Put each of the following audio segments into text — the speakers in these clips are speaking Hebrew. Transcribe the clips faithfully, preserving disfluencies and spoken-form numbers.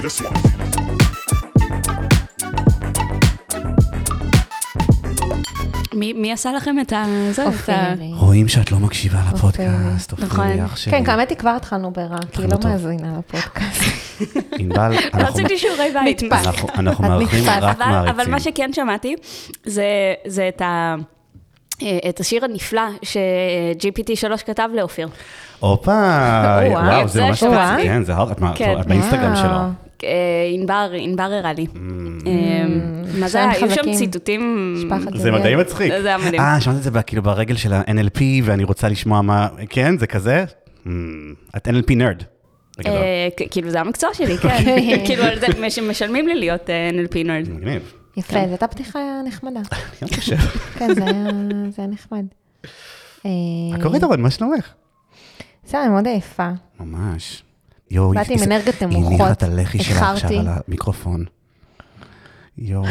this one. מי, מי עשה לכם את ה... זה, את ה... רואים שאת לא מקשיבה לפודקאסט, נכון. אופיר, אח שלי. כן, כאמת כבר התחלנו ברע, כי היא לא מאזינה לפודקאסט. ענבל, לא רציתי שיעורי בית. אנחנו מערכים רק מעריצים. אבל מה שכן שמעתי, זה את ה... את השיר הנפלא ש-ג'י פי טי שלוש כתב לאופיר. הופה, וואו, זה ממש מצחיק, כן, זה הר, את באינסטגרם שלו. ענבר, ענבר הראה לי. מה זה היה? היו שם ציטוטים... זה מדעי מצחיק. זה היה מדהים. אה, שמעת את זה כאילו ברגל של ה-אן אל פי, ואני רוצה לשמוע מה... כן, זה כזה? את אן אל פי נרד. כאילו, זה המקצוע שלי, כן. כאילו, על זה משלמים לי להיות אן אל פי נרד. מגניב. יפה, זו הייתה פתיחה נחמדה. אני חושב. כן, זה היה נחמד. מה קורית אבל? מה שלומך? זה היה מאוד יפה. ממש. באתי עם אנרגיות נמוכות. היא הניחה את הלחי שלה עכשיו על המיקרופון. יואו.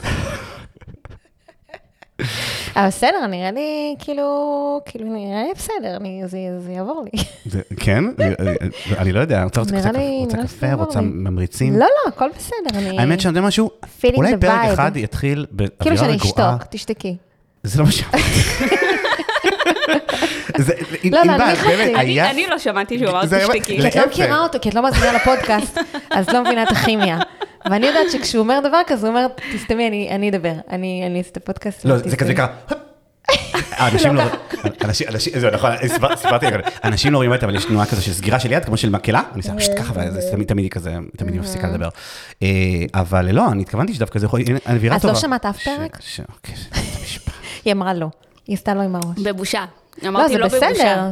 אבל בסדר, נראה לי, כאילו, כאילו, נראה לי בסדר, זה יעבור לי. כן? אני לא יודע, רוצה קפה, רוצה ממריצים? לא, לא, הכל בסדר. האמת שאני יודע משהו, אולי פרק אחד יתחיל באווירה רגועה. כאילו שאני אשתוק, תשתקי. זה לא מה שאמרתי. לא, לא, אני חצי. אני לא שמעתי שהוא אמר תשתקי. כי את לא מכירה אותו, כי את לא מזמינה לפודקאסט, אז לא מבינה את הכימיה. ואני יודעת שכשהוא אומר דבר כזה, הוא אומר, תסתמי, אני אדבר, אני אעשה את הפודקאסט. לא, זה כזה קרה. אנשים לא... זהו, נכון, סיפרתי, אנשים לא רואים את זה, אבל יש תנועה כזו של סגירה של יד, כמו של מקהלה, אני עושה פשוט ככה, וזה תמיד כזה, תמיד היא מפסיקה לדבר. אבל לא, אני התכוונתי שדווקא זה יכול... אז לא שמעת אף פרק? היא אמרה לא, היא עשתה לו עם הראש. בבושה. לא, זה בסדר,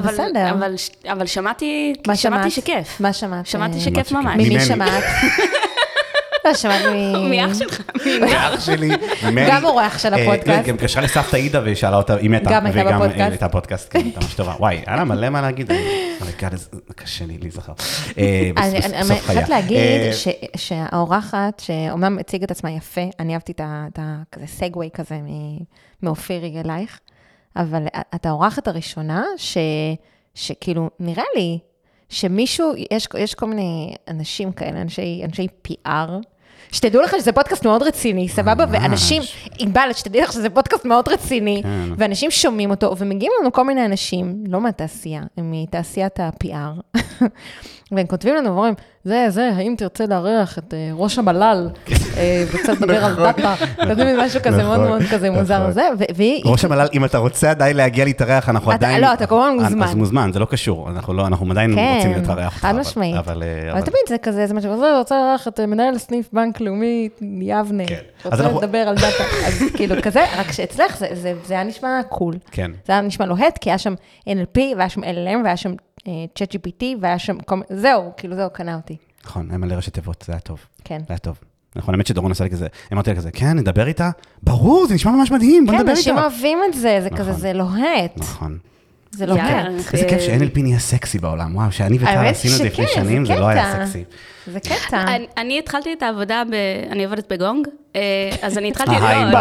אבל שמעתי שכיף. מה שמעת? שמעתי שכיף ממש. ממי שמעת? לא, שמעת מ... מאח שלך. מאח שלי. גם אורח של הפודקאסט. גם קשרה לסבתא עידה ושאלה אותה, היא מתה. גם הייתה בפודקאסט. וגם הייתה פודקאסט, כן, הייתה ממש טובה. וואי, היה לה מלא מה להגיד. קשה לי להיזכר. אני חייבת להגיד שהאורחת, שאומנם הציגה את עצמה יפה, אני אהבתי את הכזה סגווי כזה מאופירי אלייך, אבל את האורחת הראשונה, שכאילו נראה לי, שמישהו, יש, יש כל מיני אנשים כאלה, אנשי, אנשי פי אר, שתדעו לך שזה פודקאסט מאוד רציני, סבבה, ואנשים, ענבל, שתדעו לך שזה פודקאסט מאוד רציני, ואנשים שומעים אותו, ומגיעים לנו כל מיני אנשים, לא מהתעשייה, הם מתעשיית ה-פי אר, והם כותבים לנו ואומרים, זה, זה, האם תרצה לארח את ראש המל"ל, וקצת לדבר על דאטה, כותבים משהו כזה מאוד מאוד כזה מוזר הזה, ראש המל"ל, אם אתה רוצה עדיין להגיע להתארח, אנחנו עדיין... לא, אתה כמובן מוזמן. אז מוזמן, זה לא קשור, אנחנו עדיין רוצים להתארח אותך. חד משמעית. אבל תמיד זה כזה, זה משהו, רוצה לארח את מנהל סניף בנק לאומי יבנה, רוצה לדבר על דאטה, אז כאילו כזה, רק שאצלך זה היה נשמע קול. כן. זה היה נשמע לוהט, כי היה שם אן אל פי, והיה שם אל אל אם, והיה שם צ'אט ג'י פי טי, והיה שם, זהו, כאילו זהו, קנה אותי. נכון, הם מלא ראשי תיבות, זה היה טוב. כן. זה היה טוב. נכון, האמת שדורון עשה לי כזה, אמרתי לה כזה, כן, נדבר איתה? ברור, זה נשמע ממש מדהים, בוא נדבר איתה. כן, אנשים אוהבים את זה, זה כזה, זה לוהט. נכון. זה לוהט. איזה כיף ש-אן אל פי נהיה סקסי בעולם, וואו, שאני וטל עשינו את זה לפני שנים, זה לא היה סקסי. זה קטע. אני התחלתי את העבודה, אני עובדת בגונג, אז אני התחלתי...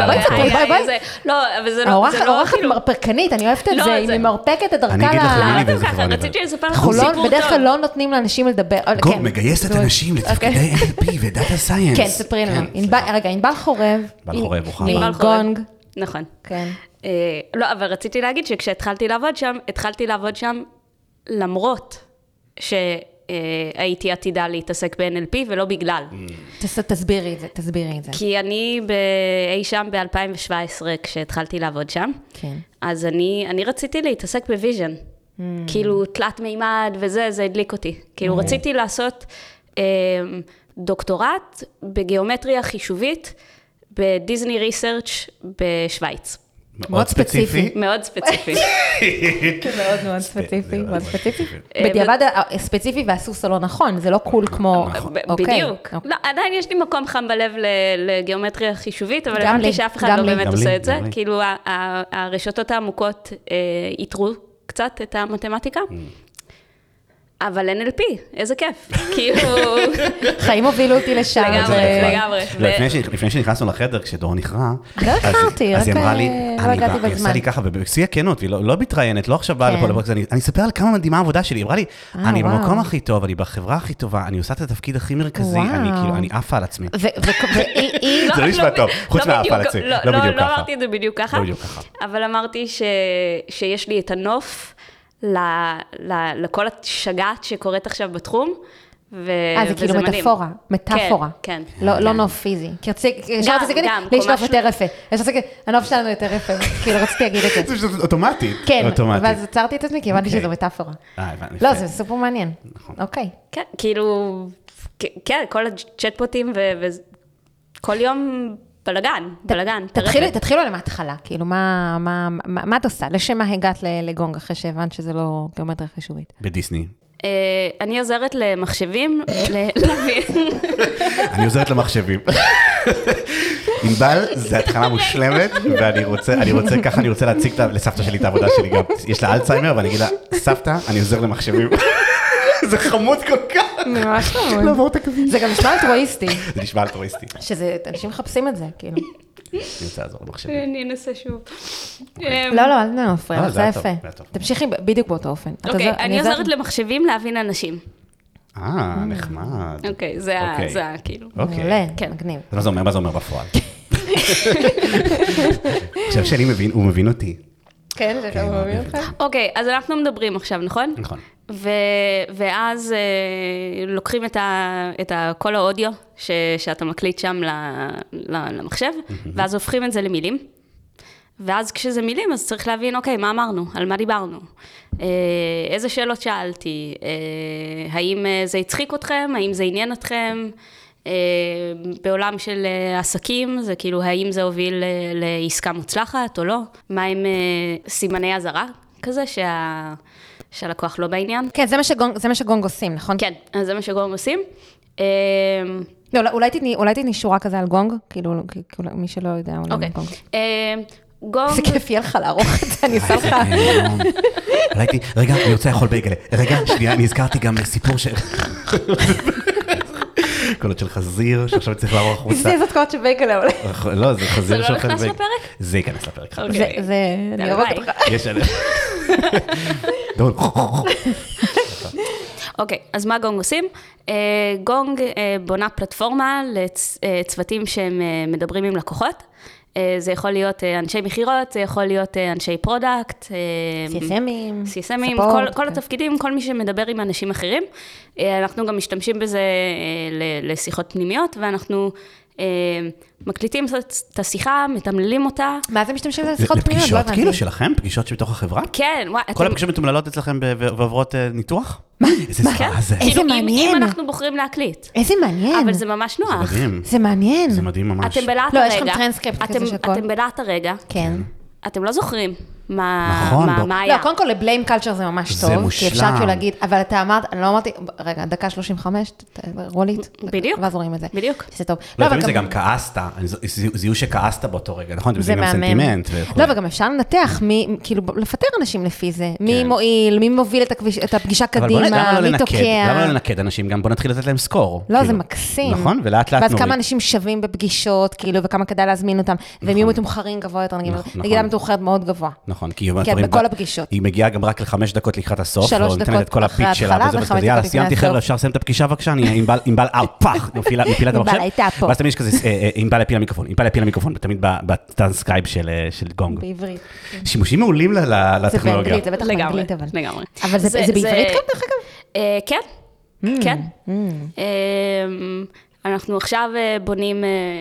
לא, אבל זה לא... האורחת מרפקנית, אני אוהבת את זה, היא מרפקת את דרכה ל... אני אגיד לך למי וזה כבר נדבר. רציתי לספר לך סיפור טוב. בדרך כלל לא נותנים לאנשים לדבר. גונג מגייסת אנשים לתפקידי אן אל פי ודאטה סייאנס. כן, ספרי לנו. רגע, ענבל חורב. ענבל חורב, ברוכה. מגונג. נכון. כן. לא, אבל רציתי להגיד שכשהתחלתי לעבוד שם, התחלתי לעבוד שם למרות שהייתי עתידה להתעסק ב-אן אל פי ולא בגלל. תסבירי את זה, תסבירי את זה. כי אני אי שם ב-אלפיים שבע עשרה כשהתחלתי לעבוד שם, אז אני רציתי להתעסק בוויז'ן. כאילו תלת מימד וזה, זה הדליק אותי. כאילו רציתי לעשות דוקטורט בגיאומטריה חישובית בדיזני ריסרצ' בשוויץ. מאוד ספציפי. מאוד ספציפי. מאוד מאוד ספציפי, מאוד ספציפי. בדיעבד ספציפי והסוס הלא נכון, זה לא קול כמו... בדיוק. עדיין יש לי מקום חם בלב לגיאומטריה חישובית, אבל הבנתי שאף אחד לא באמת עושה את זה. כאילו הרשתות העמוקות יתרו קצת את המתמטיקה. אבל אן אל פי, איזה כיף. כאילו... חיים הובילו אותי לשם. לגמרי, לגמרי. לפני שנכנסנו לחדר, כשדור נכרע, לא הכרתי, רק אז היא אמרה לי, לא הגעתי היא בזמן. עושה לי ככה, ובשיא הכנות, והיא לא מתראיינת, לא עכשיו באה לפה לבוקס, אני אספר על כמה מדהימה העבודה שלי, היא אמרה לי, אני במקום הכי טוב, אני בחברה הכי טובה, אני עושה את התפקיד הכי מרכזי, אני כאילו, אני עפה על עצמי. והיא... זה לא נשמע טוב, חוץ מהעפה על עצמי, לא בדיוק ככה. לא אמרתי את זה בדיוק ככה, אבל אמרתי שיש לי את הנוף לכל השגעת שקורית עכשיו בתחום, אה, זה כאילו מטאפורה, מטאפורה. כן. לא נוף פיזי. כי ישר רציתי להגיד, לשלוף יותר יפה. יש רציתי, הנוף שלנו יותר יפה. כאילו רציתי להגיד את זה. זה אוטומטית. כן, ואז עצרתי את עצמי, כי הבנתי שזו מטאפורה. לא, זה סופר מעניין. אוקיי. כן, כאילו, כן, כל הצ'טבוטים וכל יום בלגן, בלגן. תתחילו על מההתחלה, כאילו, מה את עושה? לשם מה הגעת לגונג אחרי שהבנת שזה לא גיאומטריה חישובית? בדיסני. אני עוזרת למחשבים, להבין. אני עוזרת למחשבים. ענבל, זה התחלה מושלמת, ואני רוצה, אני רוצה, ככה אני רוצה להציג לסבתא שלי את העבודה שלי גם. יש לה אלצהיימר, ואני אגיד לה, סבתא, אני עוזר למחשבים. זה חמוד כל כך. ממש חמוד. לעבור את הקווים. זה גם נשמע אלטרואיסטי. זה נשמע אלטרואיסטי. שזה, אנשים מחפשים את זה, כאילו. אני רוצה לעזור למחשבים. אני אנסה שוב. לא, לא, אל נפריע, זה יפה. תמשיכי בדיוק באותו אופן. אוקיי, אני עוזרת למחשבים להבין אנשים. אה, נחמד. אוקיי, זה כאילו. מעולה, מגניב. מה זה אומר? מה זה אומר בפועל? עכשיו שאני מבין, הוא מבין אותי. כן, זה הוא מבין אותך. אוקיי, אז אנחנו מדברים עכשיו, נכון? נכון. ואז לוקחים את כל האודיו שאתה מקליט שם למחשב, ואז הופכים את זה למילים. ואז כשזה מילים, אז צריך להבין, אוקיי, מה אמרנו? על מה דיברנו? איזה שאלות שאלתי? האם זה הצחיק אתכם? האם זה עניין אתכם? בעולם של עסקים, זה כאילו, האם זה הוביל לעסקה מוצלחת או לא? מה עם סימני הזרה כזה, שה... שהלקוח לא בעניין? כן, זה מה שגונג, זה מה שגונג עושים, נכון? כן, זה מה שגונג עושים. לא, אולי תתני, אולי תתני שורה כזה על גונג, כאילו, מי שלא יודע, אולי גונג. גונג... זה כיף יהיה לך לערוך את זה, אני עושה לך. רגע, אני רוצה לאכול בייגלה. רגע, שנייה, אני הזכרתי גם סיפור של... קולות של חזיר, שעכשיו צריך לערוך חוצה. ניסיתי לעשות קולות של בייגלה, אולי. לא, זה חזיר של חזיר. זה לא נכנס לפרק? זה ייכנס לפרק. זה, אני אראה אותך. יש עליו. אוקיי, אז מה גונג עושים? גונג בונה פלטפורמה לצוותים שהם מדברים עם לקוחות. זה יכול להיות אנשי מחירות, זה יכול להיות אנשי פרודקט. סי אס אמים. סי אס אמים, כל התפקידים, כל מי שמדבר עם אנשים אחרים. אנחנו גם משתמשים בזה לשיחות פנימיות, ואנחנו מקליטים את השיחה, מתמללים אותה. מה זה משתמשים בזה לשיחות פנימיות? לפגישות כאילו שלכם? פגישות שבתוך החברה? כן. כל הפגישות מתומללות אצלכם ועוברות ניתוח? מה? איזה סבבה זה. איזה מעניין. אם אנחנו בוחרים להקליט. איזה מעניין. אבל זה ממש נוח. זה מדהים. זה מעניין. זה מדהים ממש. אתם בלעת לא, הרגע. יש לכם טרנסקריפט כזה שכל. אתם בלעת הרגע. כן. אתם לא זוכרים מה היה. לא, קודם כל לבליים קלצ'ר זה ממש טוב. זה מושלם. כי אפשר כאילו להגיד, אבל אתה אמרת, אני לא אמרתי, רגע, דקה שלושים וחמש, רולית. בדיוק. ואז רואים את זה. בדיוק. זה טוב. לא, לפעמים זה גם כעסת, זיהו שכעסת באותו רגע, נכון? זה מהמם. לא, וגם אפשר לנתח, כאילו, לפטר אנשים לפי זה. מי מועיל, מי מוביל את הפגישה קדימה, מי תוקע. למה לא לנקד אנשים? גם בוא נתחיל לתת להם סקור. לא, זה מקסים. נכון? ולאט לאט ואז כמה אנשים שווים בפגישות, כאילו, וכמה כדאי להזמין אותם, והם יהיו מתומחרים גבוה יותר, נגיד, מתומחרת מאוד גבוה. נכון, בכל הפגישות. היא מגיעה גם רק לחמש דקות לקראת הסוף, שלוש דקות אחרי ההתחלה, וחמש דקות לפני הסוף. חבר'ה, אפשר לסיים את הפגישה בבקשה, אני ענבל אאוט, פח, מפילה את המחשב. ענבל הייתה פה. ואז תמיד יש כזה, ענבל הפיל המיקרופון, ענבל הפיל המיקרופון, ותמיד בטרנסקרייב של גונג. בעברית. שימושים מעולים לטכנולוגיה. זה בעברית, זה בטח באנגלית, אבל. לגמרי. אבל זה בעברית כאן, דרך אגב? כן, כן. אנחנו עכשיו בונים,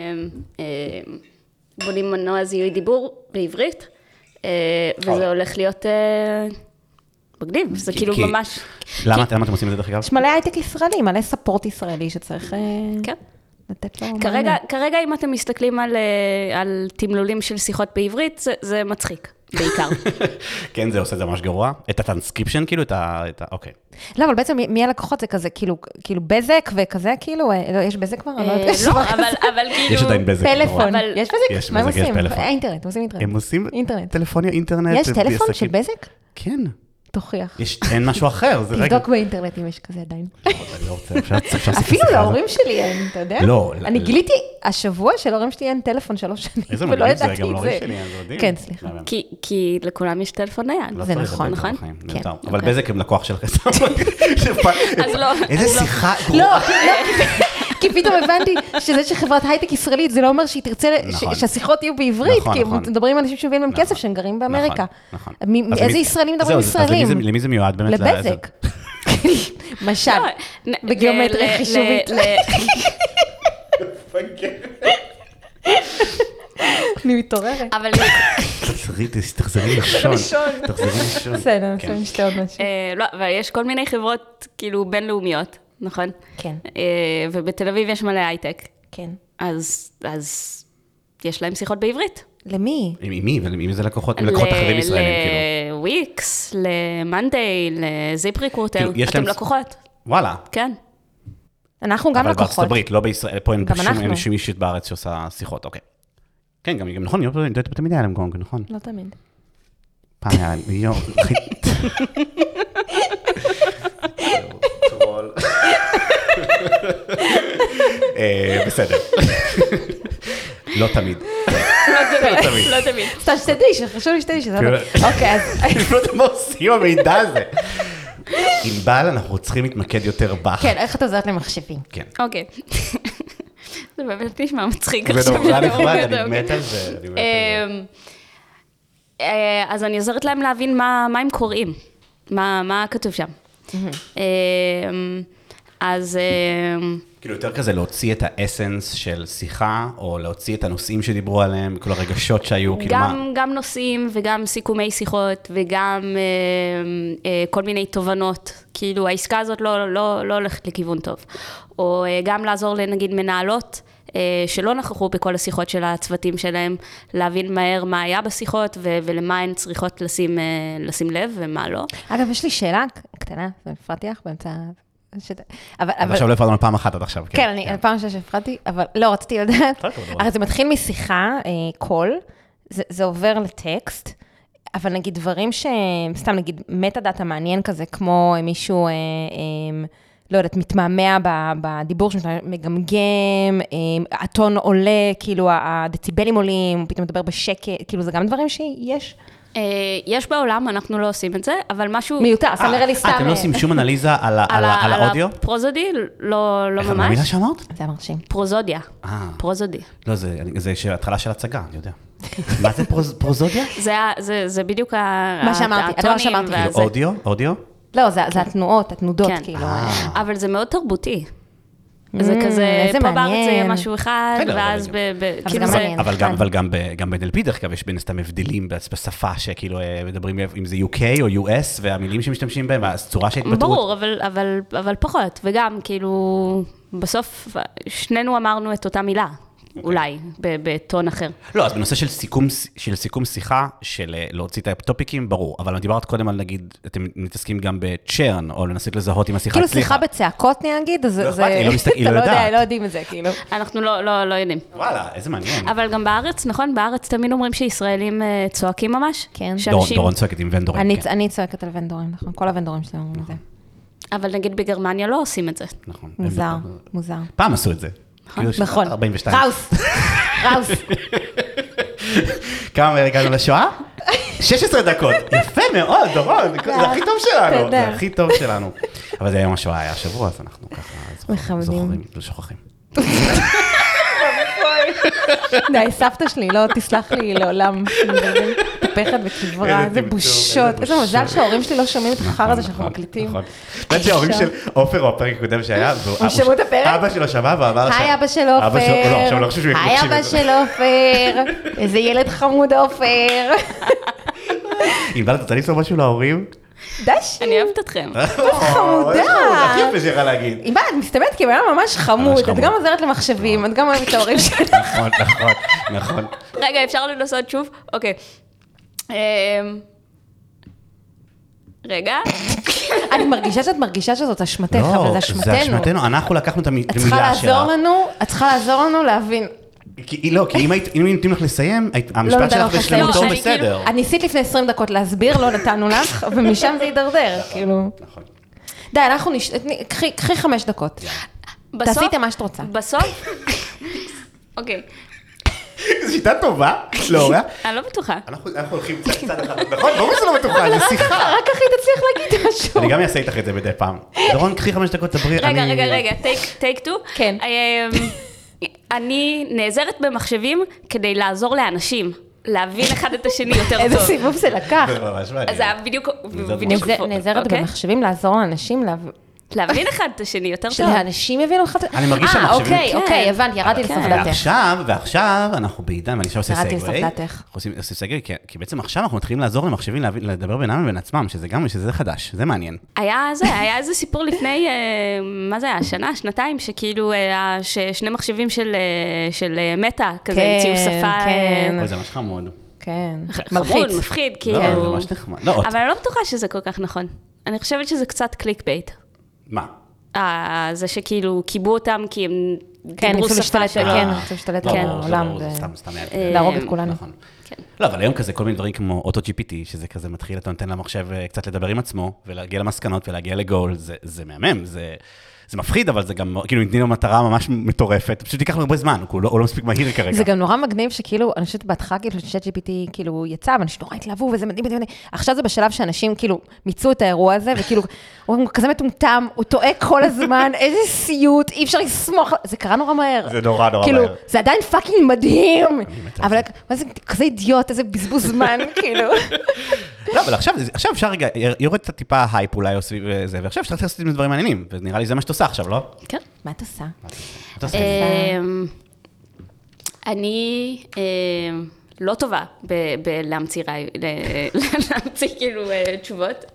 בונים מנוע זיהוי דיבור בעברית, וזה הולך להיות מגניב, זה כאילו ממש... למה אתם עושים את זה דרך אגב? יש מלא הייטק ישראלי, מלא ספורט ישראלי שצריך לתת לו מענה. כרגע אם אתם מסתכלים על תמלולים של שיחות בעברית, זה מצחיק, בעיקר. כן, זה עושה את זה ממש גרוע. את הטרנסקריפשן, כאילו, את ה... אוקיי. לא, אבל בעצם מי הלקוחות זה כזה, כאילו, כאילו בזק וכזה, כאילו, יש בזק כבר? לא, אבל כאילו... יש עדיין בזק. פלאפון. יש בזק? יש מה הם בזק, יש עושים? פלאפון. אינטרנט, הם עושים אינטרנט. הם עושים אינטרנט. טלפוניה, אינטרנט. יש טלפון של בזק? כן. תוכיח. אין משהו אחר, זה רגע. תבדוק באינטרנט אם יש כזה עדיין. אני לא רוצה, אפילו להורים שלי אין, אתה יודע? לא. אני גיליתי השבוע שלהורים שלי אין טלפון שלוש שנים. איזה מדהים זה, גם להורים שלי אין, זה מדהים. כן, סליחה. כי לכולם יש טלפון נייד. זה נכון, נכון? אבל בזק הם לקוח שלך. אז לא. איזה שיחה לא, כי פתאום הבנתי שזה שחברת הייטק ישראלית, זה לא אומר שהיא תרצה שהשיחות יהיו בעברית, כי מדברים על אנשים שמביאים להם כסף שהם גרים באמריקה. איזה ישראלים מדברים ישראלים? אז למי זה מיועד באמת? לבזק. משל, בגיאומטריה חישובית. אני מתעוררת. אבל... תחזרי לישון. תחזרי לישון. בסדר, עכשיו נשתה עוד משהו. לא, אבל יש כל מיני חברות כאילו בינלאומיות, נכון? כן. ובתל אביב יש מלא הייטק. כן. אז יש להם שיחות בעברית. למי? עם מי? ולמי זה לקוחות אחרים ישראלים, כאילו? לוויקס, למנדיי, לזיפ ריקרוטר. אתם לקוחות. וואלה. כן. אנחנו גם לקוחות. אבל בארצות הברית, לא בישראל, פה אין שום אישית בארץ שעושה שיחות, אוקיי. כן, גם נכון, תמיד היה להם גונג, נכון? לא תמיד. פעם היה להם, יואו. טרול. בסדר. לא תמיד. לא תמיד. סתם שתדעי, שחשוב לי שתדעי שזה. אוקיי, אז... אני לא יודע מה עושים המידע הזה. ענבל, אנחנו צריכים להתמקד יותר בך. כן, איך אתה עוזרת למחשבים? כן. אוקיי. זה באמת נשמע מצחיק. זה נורא נחמד, אני מת על זה. אז אני עוזרת להם להבין מה הם קוראים, מה כתוב שם. אז... כאילו יותר כזה להוציא את האסנס של שיחה, או להוציא את הנושאים שדיברו עליהם, כל הרגשות שהיו, כאילו מה? גם נושאים וגם סיכומי שיחות, וגם כל מיני תובנות. כאילו העסקה הזאת לא הולכת לכיוון טוב. או גם לעזור לנגיד מנהלות, שלא נכחו בכל השיחות של הצוותים שלהם, להבין מהר מה היה בשיחות, ולמה הן צריכות לשים לב ומה לא. אגב, יש לי שאלה קטנה, והפרעתי לך באמצע... אבל עכשיו לא הפרענו פעם אחת עד עכשיו. כן, אני פעם שש הפרעתי, אבל לא, רציתי לדעת. הרי זה מתחיל משיחה, קול, זה עובר לטקסט, אבל נגיד דברים שסתם נגיד מטה דאטה מעניין כזה, כמו מישהו... לא יודעת, מתמהמה בדיבור שמגמגם, הטון עולה, כאילו הדציבלים עולים, הוא פתאום מדבר בשקט, כאילו זה גם דברים שיש? יש בעולם, אנחנו לא עושים את זה, אבל משהו... מיותר, אז נראה לי סתם... אתם לא עושים שום אנליזה על האודיו? על הפרוזודי, לא ממש. איך המילה שאמרת? זה מרשים. פרוזודיה, פרוזודי. לא, זה התחלה של הצגה, אני יודע. מה זה פרוזודיה? זה בדיוק הטונים. מה שאמרתי, הדבר שאמרתי. אודיו? אודיו? לא, זה התנועות, התנודות, כאילו. אבל זה מאוד תרבותי. זה כזה, פה בארץ זה יהיה משהו אחד, ואז כאילו זה... אבל גם ב-אן אל פי דרך כלל יש בין סתם הבדלים בשפה, שכאילו מדברים אם זה יו קיי או יו אס, והמילים שמשתמשים בהם, והצורה שהתפתרות. ברור, אבל פחות, וגם כאילו, בסוף שנינו אמרנו את אותה מילה. אולי, בטון אחר. לא, אז בנושא של סיכום, של סיכום שיחה, של להוציא את הטופיקים, ברור, אבל אני דיברת קודם על, נגיד, אתם מתעסקים גם בצ'רן, או לנסות לזהות עם השיחה כאילו שיחה בצעקות, אני אגיד, אז זה... היא לא מסתכלת, היא לא יודעת. לא יודעים את זה, כאילו. אנחנו לא יודעים. וואלה, איזה מעניין. אבל גם בארץ, נכון? בארץ תמיד אומרים שישראלים צועקים ממש. כן. דורון צועקת עם ונדורים. אני צועקת על ונדורים, נכון? כל הוונדורים שלנו אומרים את זה. אבל נגיד בגרמניה לא עושים את זה. נכון. מוזר, מוזר. פעם עשו את זה. נכון. ארבעים ושתיים. ראוס. ראוס. כמה הגענו לשואה? שש עשרה דקות. יפה מאוד, דורון. זה הכי טוב שלנו. זה הכי טוב שלנו. אבל זה היום השואה היה השבוע, אז אנחנו ככה זוכרים, לא שוכחים. די, סבתא שלי, לא תסלח לי לעולם. פחד וקברה, זה בושות. איזה מזל שההורים שלי לא שומעים את החר הזה שאנחנו מקליטים. נכון. אתה יודע שההורים של אופר או הפרק הקודם שהיה, הם שמעו את הפרק? אבא שלו שמע ואמר... היי אבא של אופר. לא, עכשיו לא חושב שהוא יקשיב. היי אבא של אופר. איזה ילד חמוד אופר. אם בא לתת לסור משהו להורים? דש. אני אוהבת אתכם. חמודה. הכי יפה שיכולה להגיד. אם בא, את מסתמנת כי בעיה ממש חמוד. את גם עוזרת למחשבים, את גם אוהבת את ההורים שלך. נכון, נכון, נכון. רגע, אפשר לנסות שוב? אוקיי. רגע. אני מרגישה שאת מרגישה שזאת אשמתך, אבל זה אשמתנו. זה אשמתנו, אנחנו לקחנו את המילה שלה. את צריכה לעזור לנו, את צריכה לעזור לנו להבין. לא, כי אם נותנים לך לסיים, המשפט שלך בשלמותו בסדר. אני ניסית לפני עשרים דקות להסביר, לא נתנו לך, ומשם זה יידרדר, כאילו. נכון. די, אנחנו נש... קחי חמש דקות. תעשי מה שאת רוצה. בסוף? אוקיי. זו שיטה טובה, לא רע. אני לא בטוחה. אנחנו הולכים צד אחד, נכון? ברור שזה לא בטוחה, זה שיחה. רק אחי תצליח להגיד משהו. אני גם אעשה איתך את זה מדי פעם. דורון, קחי חמש דקות, תברי. רגע, רגע, רגע, טייק טו. כן. אני נעזרת במחשבים כדי לעזור לאנשים. להבין אחד את השני יותר טוב. איזה סיבוב זה לקח. זה ממש מעניין. אז זה היה בדיוק... נעזרת במחשבים לעזור לאנשים להבין אחד את השני יותר טוב. שלאנשים יבינו אחד... אני מרגיש שהמחשבים... אה, אוקיי, אוקיי, הבנתי, ירדתי לסוף דעתך. ועכשיו, ועכשיו אנחנו בעידן, ואני עכשיו עושה סגווי. ירדתי לסוף דעתך. אנחנו עושים סגווי, כי בעצם עכשיו אנחנו מתחילים לעזור למחשבים לדבר בינם ובין עצמם, שזה גם, שזה חדש, זה מעניין. היה זה, היה איזה סיפור לפני, מה זה היה, שנה, שנתיים, שכאילו, ששני מחשבים של מטא, כזה המציאו שפה... אוי, זה ממש חמוד. כן, חמוד, מפחיד, כאילו... לא, זה ממש נחמד. אבל אני לא בטוחה שזה כל כך נכון. אני חושבת שזה קצת קליק בייט. מה? זה שכאילו קיבו אותם כי הם דיברו שפה שלו. כן, רוצים להשתלט על העולם. להרוג את כולנו. לא, אבל היום כזה כל מיני דברים כמו אוטו ג'י פי טי, שזה כזה מתחיל, אתה נותן למחשב קצת לדבר עם עצמו, ולהגיע למסקנות ולהגיע לגול, זה מהמם, זה... זה מפחיד, אבל זה גם, כאילו, נתנים לו מטרה ממש מטורפת, פשוט ייקח לו הרבה זמן, הוא לא מספיק מהיר כרגע. זה גם נורא מגניב שכאילו, אני חושבת בהתחלה, כאילו, שצ'אט ג'י פי טי, כאילו, יצא, ואנשים נורא התלהבו, וזה מדהים, מדהים, מדהים. עכשיו זה בשלב שאנשים, כאילו, מיצו את האירוע הזה, וכאילו, הוא כזה מטומטם, הוא טועה כל הזמן, איזה סיוט, אי אפשר לסמוך, זה קרה נורא מהר. זה נורא נורא כאילו, מהר. זה עדיין פאקינג מדהים, אבל זה כזה אידיוט, איזה בזבוז זמן, כאילו. לא, אבל עכשיו, עכשיו אפשר רגע, יורד את הטיפה הייפ אולי או סביב זה, ועכשיו אפשר לעשות עם דברים מעניינים, ונראה לי זה מה שאת עושה עכשיו, לא? כן. מה את עושה? את עושה? אני לא טובה בלהמציא כאילו תשובות.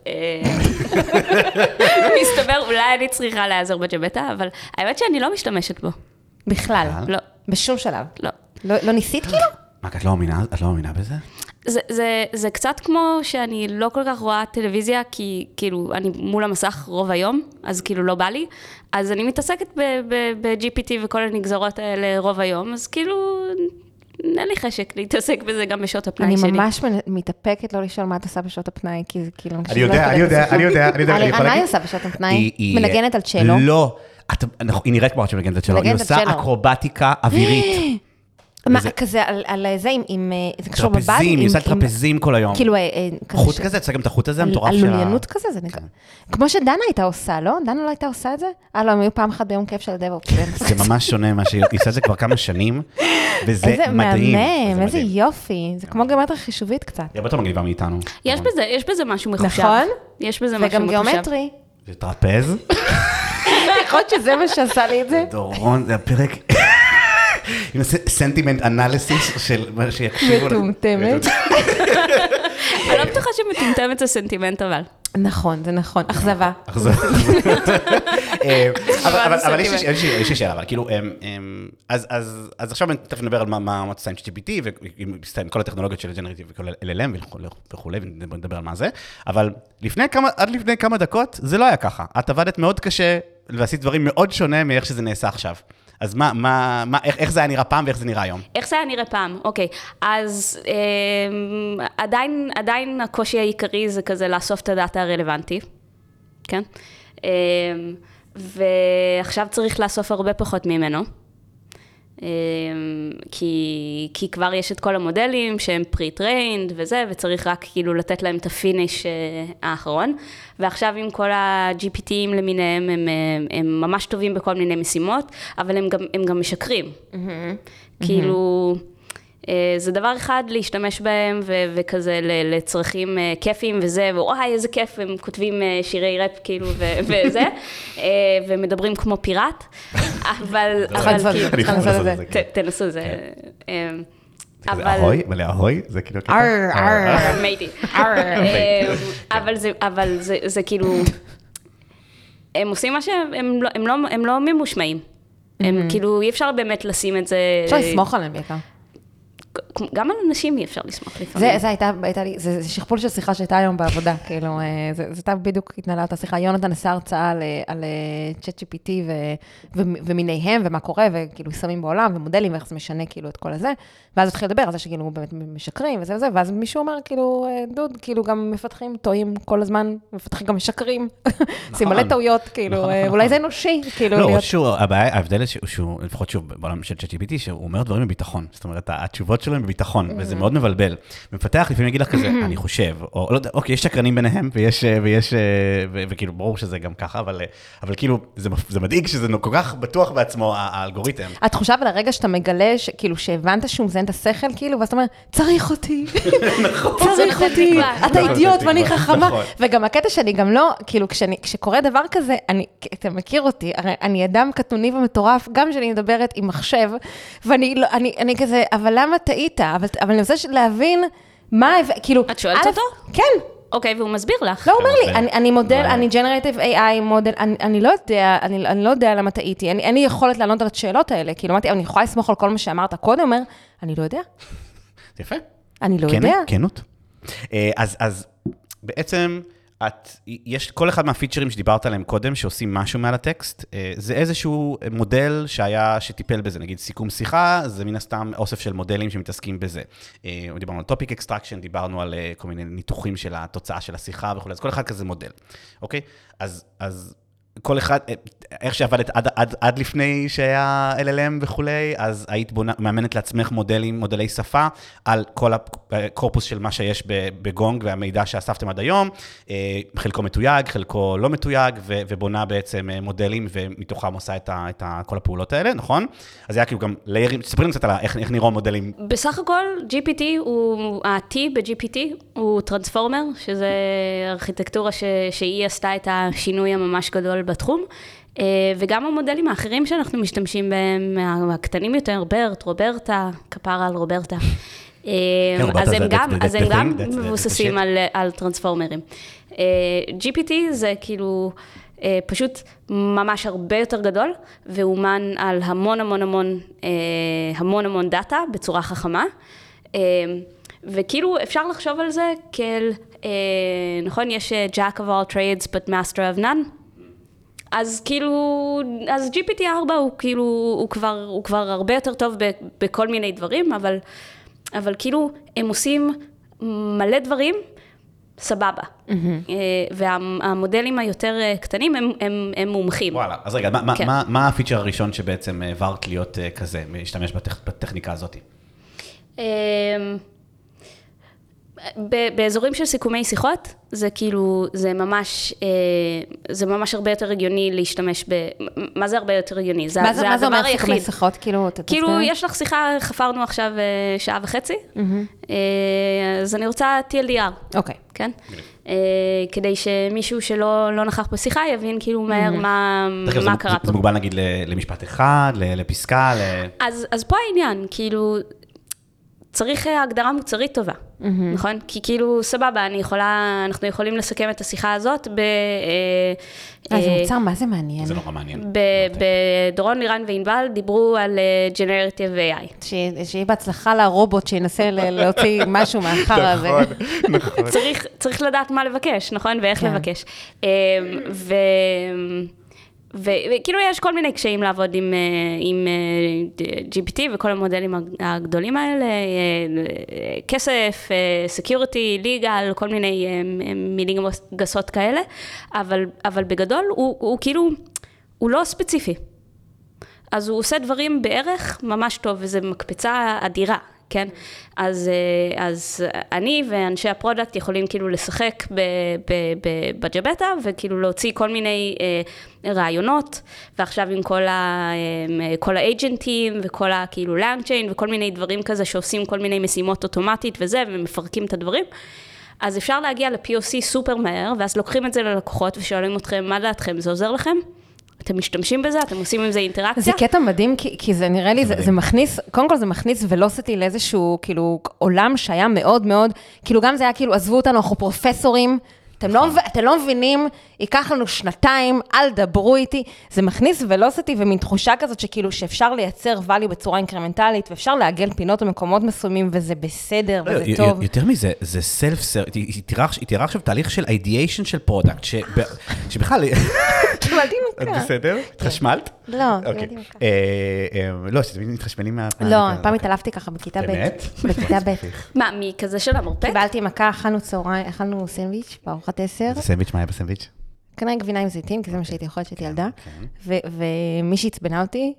מסתבר, אולי אני צריכה להיעזר בג'בטה, אבל האמת שאני לא משתמשת בו. בכלל? לא. בשום שלב? לא. לא ניסית כאילו? מה, את לא מאמינה בזה? זה, זה, זה קצת כמו שאני לא כל כך רואה טלוויזיה, כי כאילו אני מול המסך רוב היום, אז כאילו לא בא לי, אז אני מתעסקת ב-ג'י פי טי וכל הנגזרות האלה רוב היום, אז כאילו אין לי חשק להתעסק בזה גם בשעות הפנאי שלי. אני ממש מתאפקת לא לשאול מה את עושה בשעות הפנאי, כי זה כאילו... אני יודע, אני יודע, אני יודע, אני יודע, אני יכול להגיד. מה היא עושה בשעות הפנאי? מנגנת על צ'לו? לא, היא נראית כמו שמנגנת על צ'לו, היא עושה אקרובטיקה אווירית. מה, כזה, על זה עם, זה קשור בבד? טרפזים, היא עושה טרפזים כל היום. כאילו, חוט כזה, את עושה גם את החוט הזה המטורף שלה. על לוליינות כזה, זה נקרא. כמו שדנה הייתה עושה, לא? דנה לא הייתה עושה את זה? אה, לא, הם היו פעם אחת ביום כיף של הדבר. זה ממש שונה, היא עושה את זה כבר כמה שנים, וזה מדהים. איזה מהמם, איזה יופי. זה כמו גיאומטריה חישובית קצת. היא הרבה יותר מגניבה מאיתנו. יש בזה, יש בזה משהו מחושב. נכון? יש בזה משהו מחושב. וגם גיאומטרי. זה טרפז. יכול להיות שזה מה שעשה לי את זה. דורון, זה הפרק... עם סנטימנט אנליסיס של מה שיקשיבו... מטומטמת. אני לא בטוחה שמטומטמת זה סנטימנט אבל. נכון, זה נכון. אכזבה. אכזבה. אבל יש לי שאלה, אבל כאילו, אז עכשיו תכף נדבר על מה תעשה עם ג'י פי טי, ועם כל הטכנולוגיות של ג'נרטיב וכל אל אל אם וכו', ונדבר על מה זה, אבל עד לפני כמה דקות זה לא היה ככה. את עבדת מאוד קשה, ועשית דברים מאוד שונה מאיך שזה נעשה עכשיו. אז מה, מה, מה, איך, איך זה היה נראה פעם ואיך זה נראה היום? איך זה היה נראה פעם, אוקיי. אז אה, עדיין, עדיין הקושי העיקרי זה כזה לאסוף את הדאטה הרלוונטי, כן? אה, ועכשיו צריך לאסוף הרבה פחות ממנו, אה, כי, כי כבר יש את כל המודלים שהם pre-trained וזה, וצריך רק כאילו לתת להם את הפיניש האחרון, ועכשיו עם כל ה-ג'י פי טי למיניהם, הם, הם ממש טובים בכל מיני משימות, אבל הם גם, הם גם משקרים. Mm-hmm. כאילו, mm-hmm. זה דבר אחד להשתמש בהם, ו- וכזה לצרכים כיפים וזה, וואי, איזה כיף, הם כותבים שירי רפ כאילו, ו- וזה, ומדברים כמו פיראט, אבל... אני יכול לעשות את זה. תנסו את זה. אבל... אהוי, מלא אהוי, זה כאילו... אר, אר, מייטי. אבל זה, אבל זה, זה כאילו... הם עושים מה שהם לא, הם לא, הם לא ממושמעים. הם כאילו, אי אפשר באמת לשים את זה... אפשר לסמוך עליהם בעיקר. גם על אנשים אי אפשר לסמוך לפעמים. זה, זה הייתה, הייתה לי, זה, זה שכפול של שיחה שהייתה היום בעבודה, כאילו, זה, זה הייתה בדיוק התנהלה אותה שיחה, יונתן עשה הרצאה על, על צ'אט ג'י פי טי ו, ו, ומיניהם, ומה קורה, וכאילו שמים בעולם, ומודלים, ואיך זה משנה, כאילו, את כל הזה, ואז התחיל לדבר על זה שכאילו באמת משקרים, וזה וזה, ואז מישהו אומר, כאילו, דוד, כאילו, גם מפתחים, טועים כל הזמן, מפתחים גם משקרים, עושים מלא טעויות, כאילו, אולי זה אנושי, כאילו, לא, שוב, הבעיה, ההבדל שהוא, לפחות שוב, בעולם של צ'אט ג'י פי טי, שהוא אומר דברים בביטחון, זאת אומרת, התשובות שלו הם בביטחון, וזה מאוד מבלבל. מפתח לפעמים יגיד לך כזה, אני חושב, או לא יודע, אוקיי, יש שקרנים ביניהם, ויש, ויש, וכאילו, ברור שזה גם ככה, אבל, אבל כאילו, זה מדאיג שזה כל כך בטוח בעצמו, האלגוריתם. את חושב על הרגע שאתה מגלה, כאילו, שהבנת שהוא מזיין את השכל, כאילו, ואז אתה אומר, צריך אותי, צריך אותי, אתה אידיוט ואני חכמה. וגם הקטע שאני גם לא, כאילו, כשקורה דבר כזה, אתה מכיר אותי, הרי אני אדם קטוני ומטורף, גם כשאני מדברת עם מחשב, ואני כזה, אבל למה טעית? אבל אני רוצה להבין מה, כאילו... את שואלת אותו? כן. אוקיי, והוא מסביר לך. לא, הוא אומר לי, אני מודל, אני Generative איי איי מודל, אני לא יודע, אני לא יודע למה טעיתי, אין לי יכולת לענות על השאלות האלה, כאילו, אמרתי, אני יכולה לסמוך על כל מה שאמרת קודם, אומר, אני לא יודע. זה יפה. אני לא יודע. כנות. אז בעצם... את, יש כל אחד מהפיצ'רים שדיברת עליהם קודם, שעושים משהו מעל הטקסט, זה איזשהו מודל שהיה, שטיפל בזה, נגיד סיכום שיחה, זה מן הסתם אוסף של מודלים שמתעסקים בזה. דיברנו על topic extraction, דיברנו על כל מיני ניתוחים של התוצאה של השיחה וכו', אז כל אחד כזה מודל, אוקיי? אז, אז כל אחד, איך שעבדת עד, עד, עד לפני שהיה אל אל אם וכולי, אז היית בונה, מאמנת לעצמך מודלים, מודלי שפה, על כל הקורפוס של מה שיש בגונג והמידע שאספתם עד היום, חלקו מתויג, חלקו לא מתויג, ובונה בעצם מודלים, ומתוכם עושה את, ה, את ה, כל הפעולות האלה, נכון? אז היה כאילו גם ליירים, תספרים קצת על איך, איך נראו מודלים. בסך הכל, ג'י פי טי הוא, ה-T ב-ג'י פי טי הוא טרנספורמר, שזה ארכיטקטורה ש, שהיא עשתה את השינוי הממש גדול בתחום, וגם המודלים האחרים שאנחנו משתמשים בהם, הקטנים יותר, ברט, רוברטה, כפרה על רוברטה. אז הם גם, אז הם גם מבוססים על, על טרנספורמרים. ג'י פי טי זה כאילו פשוט ממש הרבה יותר גדול, ואומן על המון המון המון, המון המון דאטה בצורה חכמה. וכאילו אפשר לחשוב על זה כאל, נכון, יש Jack of all trades but master of none. אז כאילו, אז ג'י פי טי ארבע הוא כאילו, הוא כבר, הוא כבר הרבה יותר טוב ב, בכל מיני דברים, אבל, אבל כאילו, הם עושים מלא דברים, סבבה. Mm-hmm. והמודלים היותר קטנים, הם, הם, הם מומחים. וואלה, אז רגע, מה, כן. מה, מה הפיצ'ר הראשון שבעצם עברת להיות כזה, להשתמש בטכ, בטכניקה הזאת? באזורים של סיכומי שיחות, זה כאילו, זה ממש, זה ממש הרבה יותר הגיוני להשתמש ב... מה זה הרבה יותר הגיוני? זה, מה זה, זה, זה אומר סיכומי שיחות? כאילו, כאילו, יש לך שיחה, חפרנו עכשיו שעה וחצי, mm-hmm. אז אני רוצה טי אל די אר. אוקיי. כן? כדי שמישהו שלא לא נכח בשיחה יבין כאילו מהר מה, מה קרה פה. זה מוגבל נגיד למשפט אחד, לפסקה, ל... אז, אז פה העניין, כאילו, צריך הגדרה מוצרית טובה, נכון? כי כאילו, סבבה, אני יכולה, אנחנו יכולים לסכם את השיחה הזאת ב... אז זה מוצר, מה זה מעניין? זה נורא מעניין. בדורון, לירן וענבל דיברו על Generative איי איי. שיהיה בהצלחה לרובוט שינסה להוציא משהו מאחר הזה. נכון, נכון. צריך לדעת מה לבקש, נכון? ואיך לבקש. ו... וכאילו יש כל מיני קשיים לעבוד עם, עם ג'י פי טי וכל המודלים הגדולים האלה, כסף, security, legal, כל מיני מילים גסות כאלה, אבל, אבל בגדול הוא, הוא כאילו, הוא לא ספציפי. אז הוא עושה דברים בערך ממש טוב, וזה מקפצה אדירה. כן? אז, אז אני ואנשי הפרודקט יכולים כאילו לשחק בג'בטה, וכאילו להוציא כל מיני רעיונות, ועכשיו עם כל ה, כל האג'נטים, וכל ה, כאילו לנג'יין, וכל מיני דברים כזה שעושים כל מיני משימות אוטומטית וזה, ומפרקים את הדברים. אז אפשר להגיע ל-פי או סי סופר מהר, ואז לוקחים את זה ללקוחות, ושואלים אתכם, מה דעתכם? זה עוזר לכם? אתם משתמשים בזה? אתם עושים עם זה אינטראקציה? זה קטע מדהים, כי, כי זה נראה לי, זה, זה מכניס, קודם כל זה מכניס ולוסיטי לאיזשהו, כאילו, עולם שהיה מאוד מאוד, כאילו גם זה היה כאילו, עזבו אותנו, אנחנו פרופסורים, אתם לא, אתם לא מבינים, ייקח לנו שנתיים, אל דברו איתי, זה מכניס ולוסיטי ומין תחושה כזאת שכאילו שאפשר לייצר value בצורה אינקרמנטלית, ואפשר לעגל פינות במקומות מסוימים, וזה בסדר, וזה טוב. יותר מזה, זה self-service, היא תראה עכשיו תהליך של ideation של פרודקט, שבכלל... קיבלתי מכה. בסדר? התחשמלת? לא, קיבלתי מכה. לא, שתמיד מתחשמנים מה... לא, פעם התעלפתי ככה בכיתה ב'. באמת? בכיתה ב'. מה, מכזה של המרפק? קיבלתי מכה, אכלנו צהריים, אכלנו סנדוויץ' בארוחת עשר. זה סנדוויץ', מה היה בסנדוויץ'? כנראה גבינה עם זיתים, כי זה מה שהייתי יכולת שהייתי ילדה. ומי שהצבנה אותי,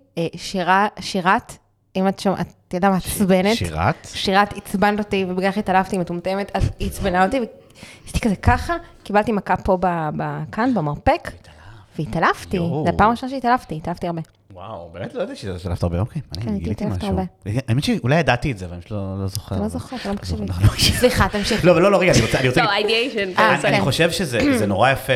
שירת, אם את שומעת, אתה יודע מה, עצבנת. שירת? שירת עצבנת אותי, ובגלל התעלפתי מטומטמת, אז היא עצבנה אותי, ועשיתי כזה ככה, קיבלתי מכה פה כאן, במרפק, והתעלפתי. זה הפעם הראשונה שהתעלפתי, התעלפתי הרבה. וואו, באמת לא ידעתי שהתעלפת הרבה, אוקיי. כן, הייתי התעלפת הרבה. האמת שאולי ידעתי את זה, אבל אני לא זוכר. אתה לא זוכר, אתה לא מקשיב לי. סליחה, תמשיך. לא, לא, לא, רגע, אני רוצה... לא, אידיאשן. אני חושב שזה נורא יפה,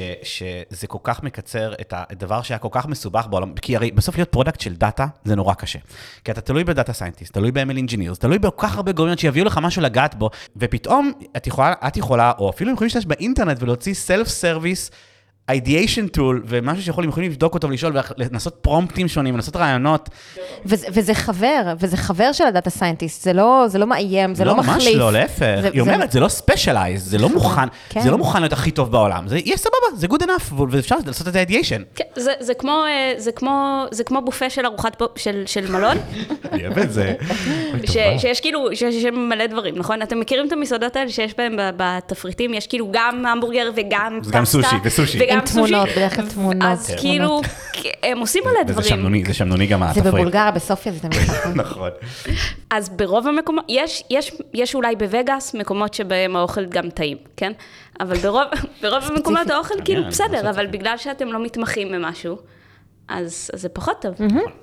שזה כל כך מקצר את הדבר שהיה כל כך מסובך בעולם, כי הרי בסוף להיות פרודקט של דאטה, זה נורא קשה. כי אתה תלוי בדאטה סיינטיסט, תלוי ב-אם אל אינג'ינירס, תלוי בכל כך הרבה גורמים שיביאו לך משהו לגעת בו, ופתאום את יכולה, או אפילו הם יכולים להשתמש באינטרנט ולהוציא self-service ideation tool, ומשהו שיכולים, יכולים לבדוק אותו ולשאול, ולנסות פרומפטים שונים, ולנסות רעיונות. וזה חבר, וזה חבר של הדאטה סיינטיסט, זה לא, זה לא מאיים, זה לא מחליף. לא, ממש לא, להפך. היא אומרת, זה לא specialized, זה לא מוכן, זה לא מוכן להיות הכי טוב בעולם. זה יהיה סבבה, זה good enough, ואפשר לעשות את ה-ideation. זה כמו, זה כמו, זה כמו בופה של ארוחת של מלון. אני אוהב את זה. שיש כאילו, שיש מלא דברים, נכון? אתם מכירים את המסעדות האלה שיש בהם בתפריטים, יש כאילו גם המבורגר וגם פסטה. גם סושי, וסושי. עם תמונות, בדרך כלל תמונות. אז כאילו, הם עושים מלא דברים. וזה שמנוני, זה שמנוני גם זה בבולגריה, בסופיה זה תמיד נכון. נכון. אז ברוב המקומות, יש אולי בווגאס מקומות שבהם האוכל גם טעים, כן? אבל ברוב המקומות האוכל כאילו בסדר, אבל בגלל שאתם לא מתמחים ממשהו, אז זה פחות טוב.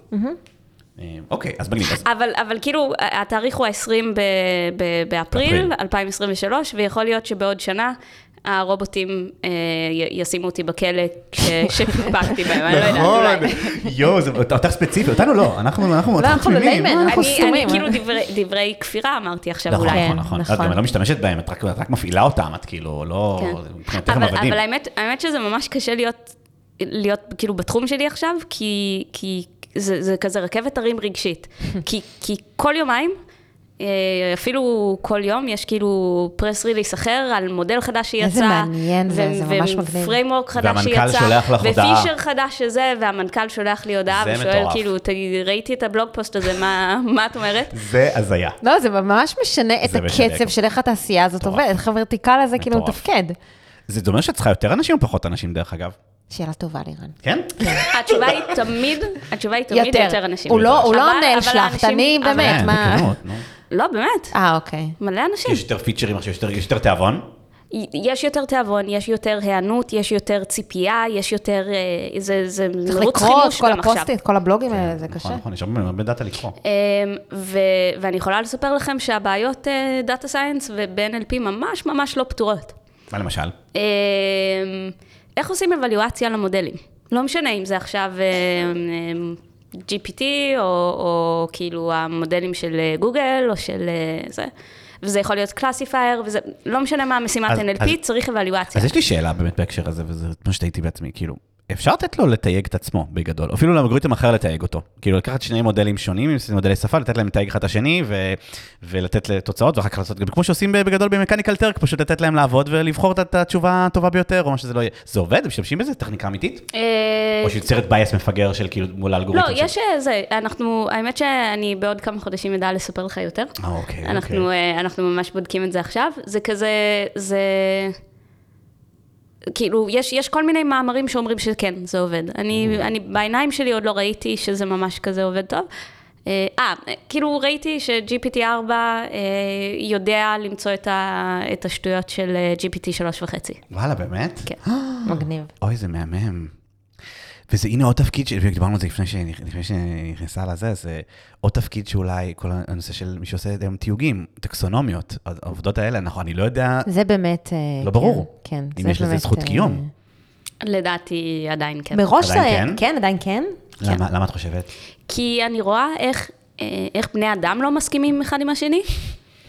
אוקיי, אז בגניב. אבל כאילו, התאריך הוא ה-עשרים באפריל אלפיים עשרים ושלוש, ויכול להיות שבעוד שנה, הרובוטים ישימו אותי בכלא כשפקתי בהם, אני לא יודעת אולי. יואו, זה אותך ספציפי, אותנו לא, אנחנו תמימים. אני כאילו דברי כפירה אמרתי עכשיו אולי. נכון, נכון, את גם לא משתמשת בהם, את רק מפעילה אותם, את כאילו לא, מבחינתכם עבדים. אבל האמת שזה ממש קשה להיות כאילו בתחום שלי עכשיו, כי זה כזה רכבת הרים רגשית, כי כל יומיים, אפילו כל יום יש כאילו פרס ריליס אחר על מודל חדש שיצא. איזה מעניין זה, זה ממש מגניב. ופריימורק חדש שיצא, ופישר חדש שזה, והמנכ"ל שולח לי הודעה, ושואל כאילו, ראיתי את הבלוג פוסט הזה, מה את אומרת? זה הזיה. לא, זה ממש משנה את הקצב של איך התעשייה הזאת עובדת, איך הוורטיקל הזה כאילו מתפקד. זה אומר שאת צריכה יותר אנשים או פחות אנשים דרך אגב? שאלה טובה, לירן. כן? התשובה היא תמיד, התשובה היא תמיד יותר אנשים. הוא לא עונה שלחתני, באמת, מה? לא, באמת. אה, אוקיי. מלא אנשים. יש יותר פיצ'רים, יש יותר תיאבון? יש יותר תיאבון, יש יותר הענות, יש יותר ציפייה, יש יותר, זה, זה צריך לקרוא את כל הפוסטים, כל הבלוגים האלה, זה קשה. נכון, נכון, יש הרבה דאטה לקרוא. ואני יכולה לספר לכם שהבעיות דאטה סיינס וב-אן אל פי ממש ממש לא פתורות. מה למשל? איך עושים אבלואציה למודלים? לא משנה אם זה עכשיו ג'י פי טי, או, או כאילו המודלים של גוגל, או של זה, וזה יכול להיות קלאסיפייר, וזה לא משנה מה משימת אן אל פי, צריך אבלואציה. אז יש לי שאלה באמת בהקשר הזה, וזה מה שתהייתי בעצמי, כאילו, אפשר לתת לו לתייג את עצמו בגדול, או אפילו לאלגוריתם אחר לתייג אותו. כאילו, לקחת שני מודלים שונים, מודלי שפה, לתת להם לתייג אחד את השני, ולתת לתוצאות, ואחר כך לעשות, כמו שעושים בגדול במקניקל טרק, פשוט לתת להם לעבוד ולבחור את התשובה הטובה ביותר, או מה שזה לא יהיה. זה עובד? משתמשים בזה? טכניקה אמיתית? או שיוצרת בייס מפגר של כאילו מול האלגוריתם? לא, יש זה, אנחנו, האמת שאני בעוד כמה חודשים ידע לספר לך יותר. אוקיי, אנחנו, אנחנו ממש בודקים את זה עכשיו. זה כזה, זה... כאילו, יש, יש כל מיני מאמרים שאומרים שכן, זה עובד. אני, אני בעיניים שלי עוד לא ראיתי שזה ממש כזה עובד טוב. אה, כאילו ראיתי ש-ג'י פי טי ארבע אה, יודע למצוא את, ה, את השטויות של ג'י פי טי שלוש וחצי. וואלה, באמת? כן. מגניב. אוי, זה מהמם. וזה הנה עוד תפקיד, ודיברנו על זה לפני שנכנסה לזה, זה עוד תפקיד שאולי כל הנושא של מי שעושה היום תיוגים, טקסונומיות, העובדות האלה, נכון, אני לא יודע... זה באמת... לא ברור. כן. אם יש לזה זכות קיום. לדעתי עדיין כן. מראש זה... כן, עדיין כן. למה את חושבת? כי אני רואה איך בני אדם לא מסכימים אחד עם השני,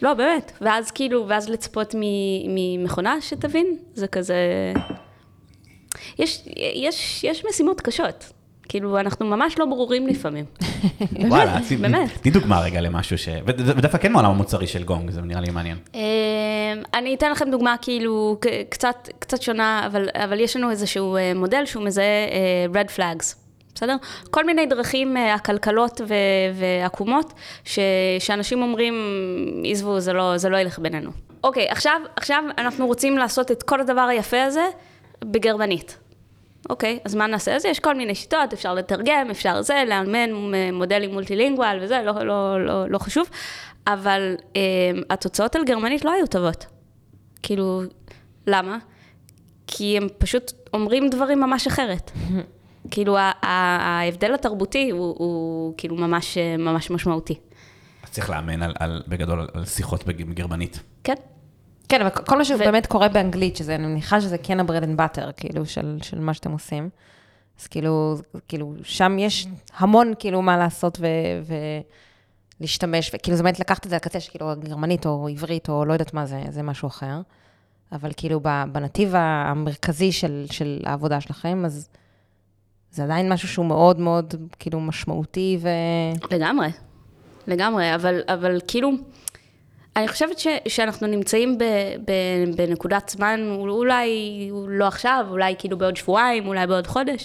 לא, באמת. ואז כאילו, ואז לצפות ממכונה שתבין, זה כזה... יש, יש, יש משימות קשות. כאילו, אנחנו ממש לא ברורים לפעמים. וואלה, באמת. תני דוגמה רגע למשהו ש... ודווקא כן מעולם המוצרי של גונג, זה נראה לי מעניין. אני אתן לכם דוגמה כאילו קצת, קצת שונה, אבל, אבל יש לנו איזשהו מודל שהוא מזהה red flags. בסדר? כל מיני דרכים הכלכלות ועקומות, שאנשים אומרים, עזבו, זה לא, זה לא ילך בינינו. אוקיי, עכשיו, עכשיו אנחנו רוצים לעשות את כל הדבר היפה הזה בגרמנית. אוקיי, אז מה נעשה? אז יש כל מיני שיטות, אפשר לתרגם, אפשר זה, לאמן מודלים מולטילינגואל וזה, לא, לא, לא, לא חשוב. אבל אה, התוצאות על גרמנית לא היו טובות. כאילו, למה? כי הם פשוט אומרים דברים ממש אחרת. כאילו, ההבדל התרבותי הוא, הוא כאילו ממש, ממש משמעותי. אז צריך לאמן על, על, בגדול על שיחות בגרמנית. כן. כן, אבל כל מה שבאמת קורה באנגלית, שזה, אני מניחה שזה כן ה-bread and butter, כאילו, של, של מה שאתם עושים. אז כאילו, כאילו, שם יש המון, כאילו, מה לעשות ו, ולהשתמש, וכאילו, זאת אומרת, לקחת את זה לקצה, שכאילו, גרמנית או עברית, או לא יודעת מה זה, זה משהו אחר. אבל כאילו, בנתיב המרכזי של, של העבודה שלכם, אז זה עדיין משהו שהוא מאוד מאוד, כאילו, משמעותי ו... לגמרי, לגמרי, אבל, אבל כאילו, אני חושבת ש, שאנחנו נמצאים ב, ב, בנקודת זמן, אולי לא עכשיו, אולי כאילו בעוד שבועיים, אולי בעוד חודש.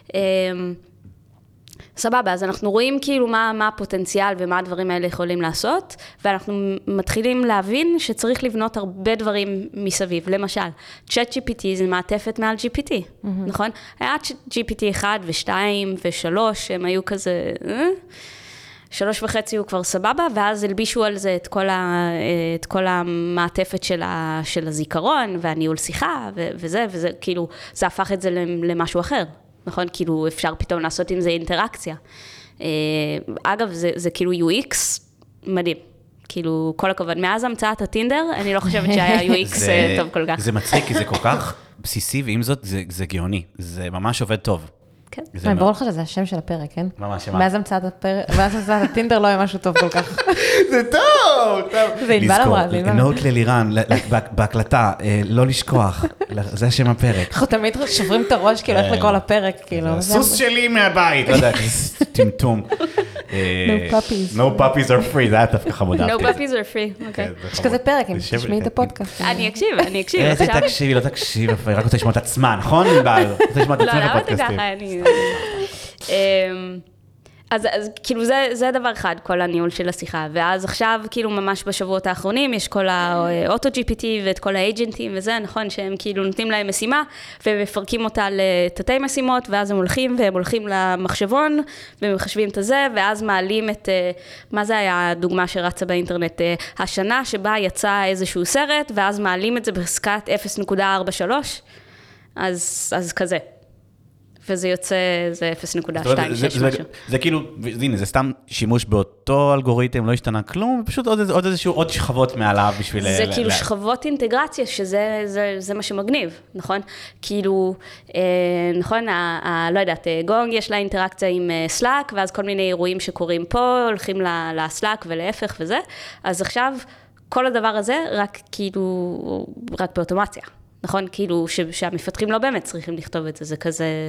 סבבה, אז אנחנו רואים כאילו מה, מה הפוטנציאל ומה הדברים האלה יכולים לעשות, ואנחנו מתחילים להבין שצריך לבנות הרבה דברים מסביב. למשל, צ'אט ג'י פי טי זה מעטפת מעל ג'י פי טי, mm-hmm. נכון? היה ג'י פי טי אחד ושתיים ושלוש, הם היו כזה... אה? שלוש וחצי הוא כבר סבבה, ואז הלבישו על זה את כל, ה, את כל המעטפת של, ה, של הזיכרון, והניהול שיחה, ו, וזה, וזה, כאילו, זה הפך את זה למשהו אחר, נכון? כאילו, אפשר פתאום לעשות עם זה אינטראקציה. אגב, זה, זה כאילו יו אקס מדהים. כאילו, כל הכבוד. מאז המצאת הטינדר, אני לא חושבת שהיה יו אקס זה, טוב כל כך. זה מצחיק, כי זה כל כך בסיסי, ועם זאת, זה, זה גאוני. זה ממש עובד טוב. אני ברור לך שזה השם של הפרק, כן? ממש, שמה? מאז המצאת הפרק, מאז המצאת הטינדר לא היה משהו טוב כל כך. זה טוב! זה ענבל אמרה, זה ענבל. נוט ללירן, בהקלטה, לא לשכוח, זה השם הפרק. אנחנו תמיד שוברים את הראש, כאילו, איך לקרוא לפרק, כאילו. סוס שלי מהבית, לא יודע, טמטום. No puppies. No puppies are free, זה היה דווקא חמוד. No puppies are free, אוקיי. יש כזה פרק, אם תשמעי את הפודקאסט. אני אקשיב, אני אקשיב. איזה תקשיבי, לא תקשיבי, רק רוצה לשמוע את עצמה, נכון? רוצה לשמוע את עצמך בפודקאסטים. אז, אז כאילו זה, זה דבר אחד, כל הניהול של השיחה, ואז עכשיו כאילו ממש בשבועות האחרונים יש כל האוטו ג'י פי טי ואת כל האג'נטים וזה, נכון, שהם כאילו נותנים להם משימה ומפרקים אותה לתתי משימות, ואז הם הולכים והם הולכים למחשבון ומחשבים את זה, ואז מעלים את, מה זה היה הדוגמה שרצה באינטרנט, השנה שבה יצא איזשהו סרט, ואז מעלים את זה בחזקת אפס נקודה ארבע שלוש, אז, אז כזה. וזה יוצא, זה אפס נקודה שתיים שש משהו. זה כאילו, הנה, זה סתם שימוש באותו אלגוריתם, לא השתנה כלום, פשוט עוד איזשהו, עוד שכבות מעליו בשביל... זה כאילו שכבות אינטגרציה, שזה מה שמגניב, נכון? כאילו, נכון, לא יודעת, גונג יש לה אינטראקציה עם סלאק, ואז כל מיני אירועים שקורים פה, הולכים לסלאק ולהפך וזה, אז עכשיו, כל הדבר הזה, רק כאילו, רק באוטומציה. נכון? כאילו שהמפתחים לא באמת צריכים לכתוב את זה, זה כזה...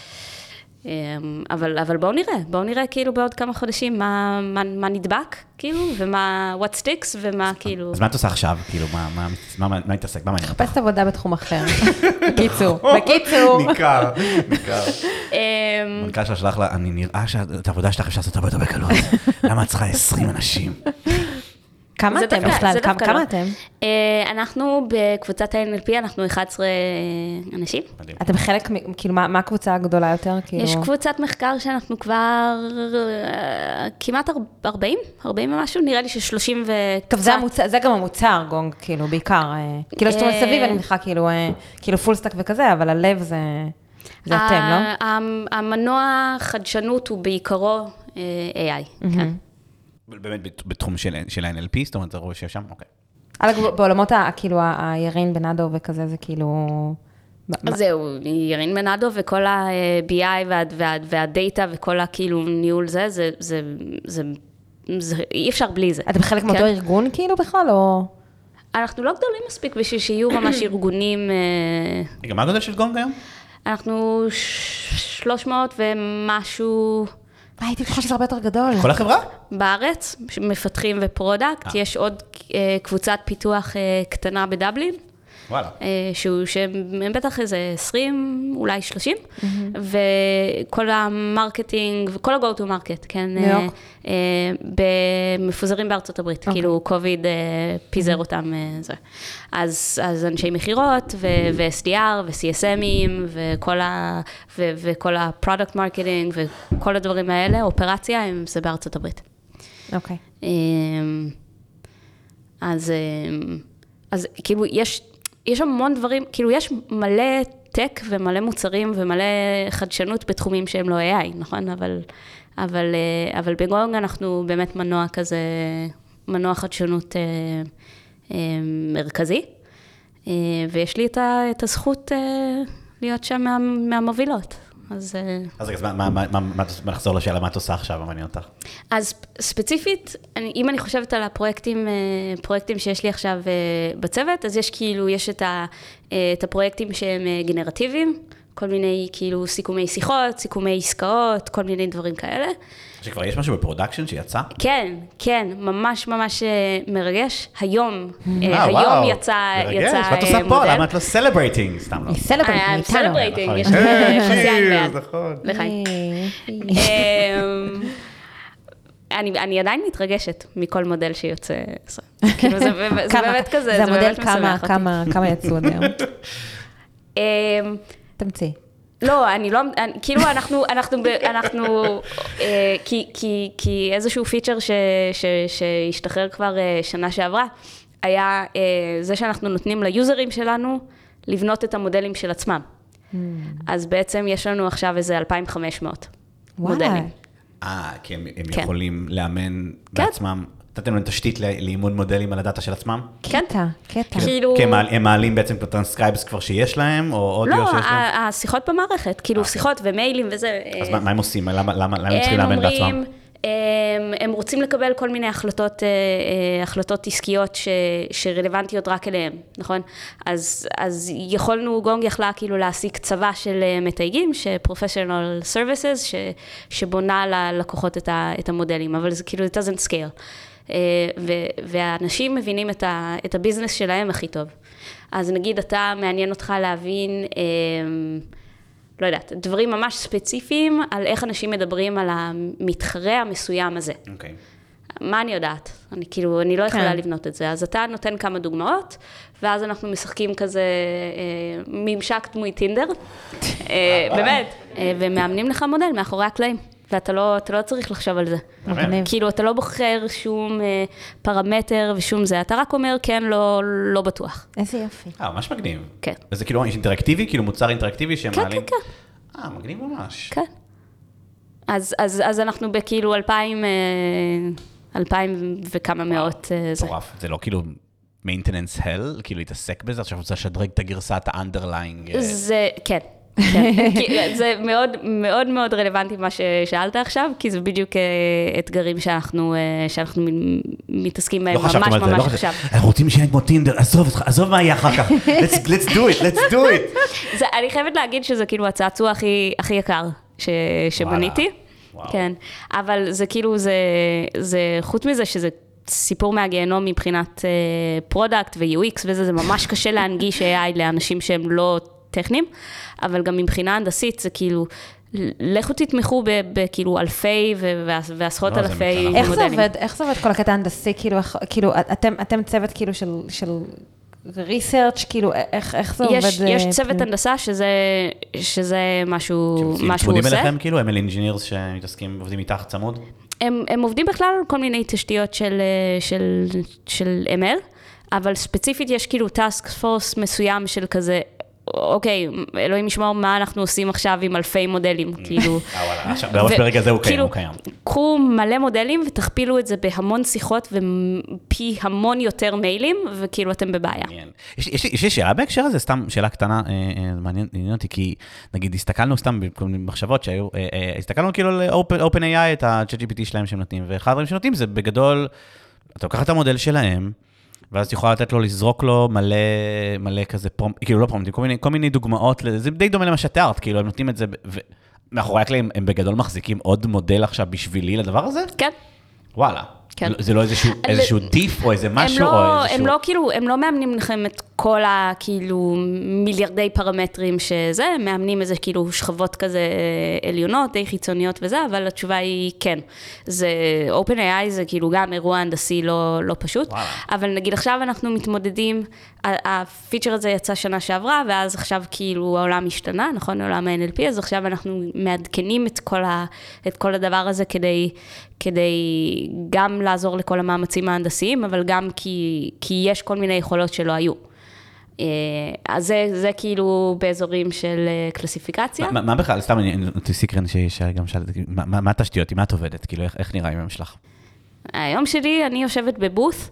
אבל, אבל בואו נראה, בואו נראה כאילו בעוד כמה חודשים מה, מה, מה נדבק, כאילו, ומה, what sticks, ומה כאילו... אז מה את עושה עכשיו? כאילו, מה, מה, מה, מה, מה נתעסק? מה מעניין אותך? חפשת עבודה בתחום אחר. בקיצור, בקיצור. ניכר, ניכר. מנכ"ל שלך לה, אני נראה שאת העבודה שלך אפשר לעשות הרבה יותר בקלות. למה את צריכה עשרים אנשים? כמה אתם בכלל? כמה אתם? אנחנו בקבוצת ה-אן אל פי, אנחנו אחד עשר אנשים. אתם חלק, כאילו, מה הקבוצה הגדולה יותר? יש קבוצת מחקר שאנחנו כבר כמעט ארבעים, ארבעים ומשהו, נראה לי ש-שלושים וקצת. טוב, זה גם המוצר, גונג, כאילו, בעיקר. כאילו, שאתה מסביב, אני מניחה, כאילו, פול סטאק וכזה, אבל הלב זה אתם, לא? המנוע חדשנות הוא בעיקרו איי איי, כן. באמת בתחום של ה-אן אל פי, זאת אומרת, זה רואה שיש שם, אוקיי. בעולמות, כאילו, הירין בנאדו וכזה, זה כאילו... זהו, ירין בנאדו וכל ה-בי איי והדאטה וכל הכאילו ניהול זה, זה אי אפשר בלי זה. אתה בחלק מאותו ארגון כאילו בכלל, או? אנחנו לא גדולים מספיק בשביל שיהיו ממש ארגונים... רגע, מה הגודל של גונג היום? אנחנו שלוש מאות ומשהו... הייתי בטוחה שזה הרבה יותר גדול. כל החברה? בארץ, מפתחים ופרודקט, יש עוד קבוצת פיתוח קטנה בדבלין. וואלה. שהוא, שהם בטח איזה עשרים, אולי שלושים, וכל המרקטינג, וכל ה-go to market, כן, מפוזרים בארצות הברית, כאילו קוביד פיזר אותם, אז אנשי מחירות, ו-אס די אר, ו-סי אס אם, וכל ה-product marketing, וכל הדברים האלה, אופרציה, זה בארצות הברית. אוקיי. אז, אז כאילו יש... יש המון דברים, כאילו יש מלא טק ומלא מוצרים ומלא חדשנות בתחומים שהם לא איי איי, נכון? אבל, אבל, אבל בגונג אנחנו באמת מנוע כזה, מנוע חדשנות אה, אה, מרכזי, אה, ויש לי את, ה, את הזכות אה, להיות שם מה, מהמובילות. אז... אז רגע, מה, מה, מה, מה, נחזור לשאלה, מה את עושה עכשיו, מה מעניין אותך? אז ספציפית, אני, אם אני חושבת על הפרויקטים, פרויקטים שיש לי עכשיו בצוות, אז יש כאילו, יש את, ה, את הפרויקטים שהם גנרטיביים, כל מיני כאילו סיכומי שיחות, סיכומי עסקאות, כל מיני דברים כאלה. שכבר יש משהו בפרודקשן שיצא? כן, כן, ממש ממש מרגש. היום, היום יצא מודל. מרגש, מה את עושה פה? למה את לא סלברייטינג? סתם לא. היא סלברייטינג, אני סלברייטינג, יש חזיין ביד. נכון. לחיים. אני עדיין מתרגשת מכל מודל שיוצא. כאילו זה באמת כזה, זה המודל כמה יצאו עד היום. תמציא. לא, אני לא, כאילו אנחנו, אנחנו, אנחנו, כי, כי, כי איזשהו פיצ'ר ש, ש, שהשתחרר כבר שנה שעברה, היה זה שאנחנו נותנים ליוזרים שלנו לבנות את המודלים של עצמם. אז בעצם יש לנו עכשיו איזה אלפיים וחמש מאות מודלים. אה, כי הם יכולים לאמן בעצמם. נתתם להם תשתית לאימון מודלים על הדאטה של עצמם? קטע, קטע. כי הם מעלים בעצם את הטרנסקרייבס כבר שיש להם, או אודיו שיש להם? לא, השיחות במערכת, כאילו שיחות ומיילים וזה. אז מה הם עושים? למה הם צריכים לאמן בעצמם? הם רוצים לקבל כל מיני החלטות, החלטות עסקיות שרלוונטיות רק אליהם, נכון? אז, אז יכולנו, גונג יכלה כאילו להשיג צבא של מתייגים, ש-professional services, ש, שבונה ללקוחות את, ה, את המודלים, אבל זה כאילו, it doesn't scale. והאנשים מבינים את, ה, את הביזנס שלהם הכי טוב. אז נגיד, אתה מעניין אותך להבין, לא יודעת, דברים ממש ספציפיים על איך אנשים מדברים על המתחרה המסוים הזה. אוקיי. מה אני יודעת? אני כאילו, אני לא יכולה לבנות את זה. אז אתה נותן כמה דוגמאות, ואז אנחנו משחקים כזה ממשק דמוי טינדר, באמת, ומאמנים לך מודל מאחורי הקלעים. ואתה לא, אתה לא צריך לחשוב על זה. כאילו, אתה לא בוחר שום פרמטר ושום זה. אתה רק אומר, כן, לא, לא בטוח. איזה יופי. אה, ממש מגניב. כן. וזה כאילו יש אינטראקטיבי, כאילו מוצר אינטראקטיבי שהם מעלים? כן, כן, כן. אה, מגניב ממש. כן. אז, אז, אז אנחנו בכאילו אלפיים, אלפיים וכמה מאות. מטורף. זה לא כאילו maintenance hell, כאילו להתעסק בזה, עכשיו רוצה לשדרג את הגרסת ה-underlying. זה, כן. זה מאוד מאוד מאוד רלוונטי מה ששאלת עכשיו, כי זה בדיוק אתגרים שאנחנו שאנחנו מתעסקים בהם ממש ממש עכשיו. אנחנו רוצים שיהיה כמו טינדר, עזוב, עזוב מה יהיה אחר כך. Let's do it, let's do it. אני חייבת להגיד שזה כאילו הצעצוע הכי הכי יקר שבניתי. כן, אבל זה כאילו, זה חוץ מזה שזה סיפור מהגיהנום מבחינת פרודקט ו-יו אקס וזה, זה ממש קשה להנגיש איי איי לאנשים שהם לא טכניים, אבל גם מבחינה הנדסית זה כאילו, לכו תתמכו בכאילו אלפי ועשרות אלפי מודלים. איך זה עובד? איך זה עובד כל הקטע הנדסי? כאילו, אתם צוות כאילו של ריסרצ' כאילו, איך זה עובד? יש צוות הנדסה שזה משהו עושה. הם צמודים אליכם כאילו? הם אל אינג'ינירס שמתעסקים, עובדים איתך צמוד? הם עובדים בכלל על כל מיני תשתיות של אם אל, אבל ספציפית יש כאילו טאסק פורס מסוים של כזה, אוקיי, אלוהים ישמור מה אנחנו עושים עכשיו עם אלפי מודלים, כאילו. אה, וואלה, ממש ברגע זה הוא קיים, הוא קיים. קחו מלא מודלים ותכפילו את זה בהמון שיחות ופי המון יותר מיילים, וכאילו אתם בבעיה. יש לי שאלה בהקשר הזה, סתם שאלה קטנה, מעניין אותי, כי נגיד הסתכלנו סתם בכל מיני מחשבות שהיו, הסתכלנו כאילו על OpenAI, את ה-צ'אט ג'י פי טי שלהם שהם נותנים, ואחד הדברים שנותנים זה בגדול, אתה לוקח את המודל שלהם, ואז את יכולה לתת לו, לזרוק לו מלא, מלא כזה פרומפט, כאילו לא פרומפט, כל מיני, כל מיני דוגמאות, זה די דומה למה שתיארת, כאילו הם נותנים את זה, ומאחורי הכלים הם בגדול מחזיקים עוד מודל עכשיו בשבילי לדבר הזה? כן. וואלה. כן. זה לא איזשהו, איזשהו דיף או איזה משהו הם לא, או איזשהו... הם לא כאילו, הם לא מאמנים לכם את כל הכאילו מיליארדי פרמטרים שזה, הם מאמנים איזה כאילו שכבות כזה עליונות, די חיצוניות וזה, אבל התשובה היא כן. זה, OpenAI זה כאילו גם אירוע הנדסי לא, לא פשוט, וואלה. אבל נגיד עכשיו אנחנו מתמודדים, הפיצ'ר הזה יצא שנה שעברה, ואז עכשיו כאילו העולם השתנה, נכון? העולם ה-אן אל פי, אז עכשיו אנחנו מעדכנים את כל, ה, את כל הדבר הזה כדי, כדי גם לעזור לכל המאמצים ההנדסיים, אבל גם כי, כי יש כל מיני יכולות שלא היו. אז זה, זה כאילו באזורים של קלסיפיקציה. מה, מה בכלל? סתם אני נותן סקרן שגם שאלתי, מה, מה התשתיות? עם מה את עובדת? כאילו, איך, איך נראה היום שלך? היום שלי, אני יושבת בבוס,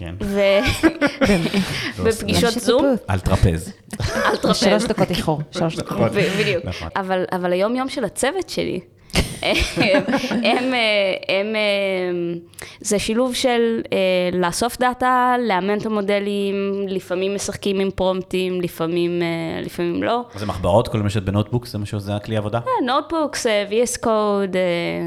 בפגישות זום. על טרפז. על טרפז. שלוש דקות איחור, שלוש דקות. בדיוק. אבל היום יום של הצוות שלי, הם, הם, זה שילוב של לאסוף דאטה, לאמן את המודלים, לפעמים משחקים עם פרומפטים, לפעמים, לפעמים לא. זה מחברות, כל משהו בנוטבוקס, זה משהו, זה הכלי עבודה? נוטבוקס, וי אס קוד,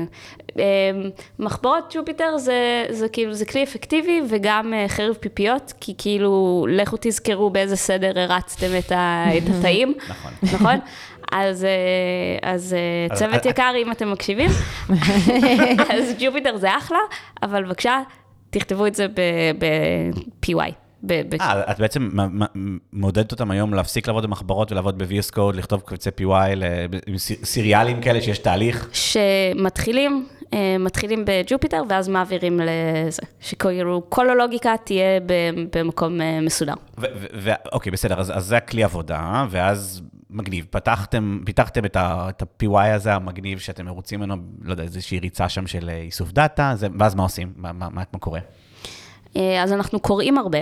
מחברות ג'ופיטר זה, זה כאילו, זה כלי אפקטיבי וגם חרב פיפיות, כי כאילו, לכו תזכרו באיזה סדר הרצתם את התאים. נכון. נכון? אז, אז צוות יקר, אם אתם מקשיבים, אז ג'ופיטר זה אחלה, אבל בבקשה, תכתבו את זה ב-פי וואי. אה, את בעצם מעודדת אותם היום להפסיק לעבוד במחברות ולעבוד ב-וי אס קוד, לכתוב קבצי פי וואי, סיריאלים כאלה שיש תהליך? שמתחילים, מתחילים בג'ופיטר, ואז מעבירים לזה. שכאילו, כל הלוגיקה תהיה במקום מסודר. אוקיי, בסדר, אז זה הכלי עבודה, ואז מגניב. פתחתם, פיתחתם את ה-פי וואי הזה, המגניב, שאתם מרוצים ממנו, לא יודע, איזושהי ריצה שם של איסוף דאטה, ואז מה עושים? מה קורה? אז אנחנו קוראים הרבה.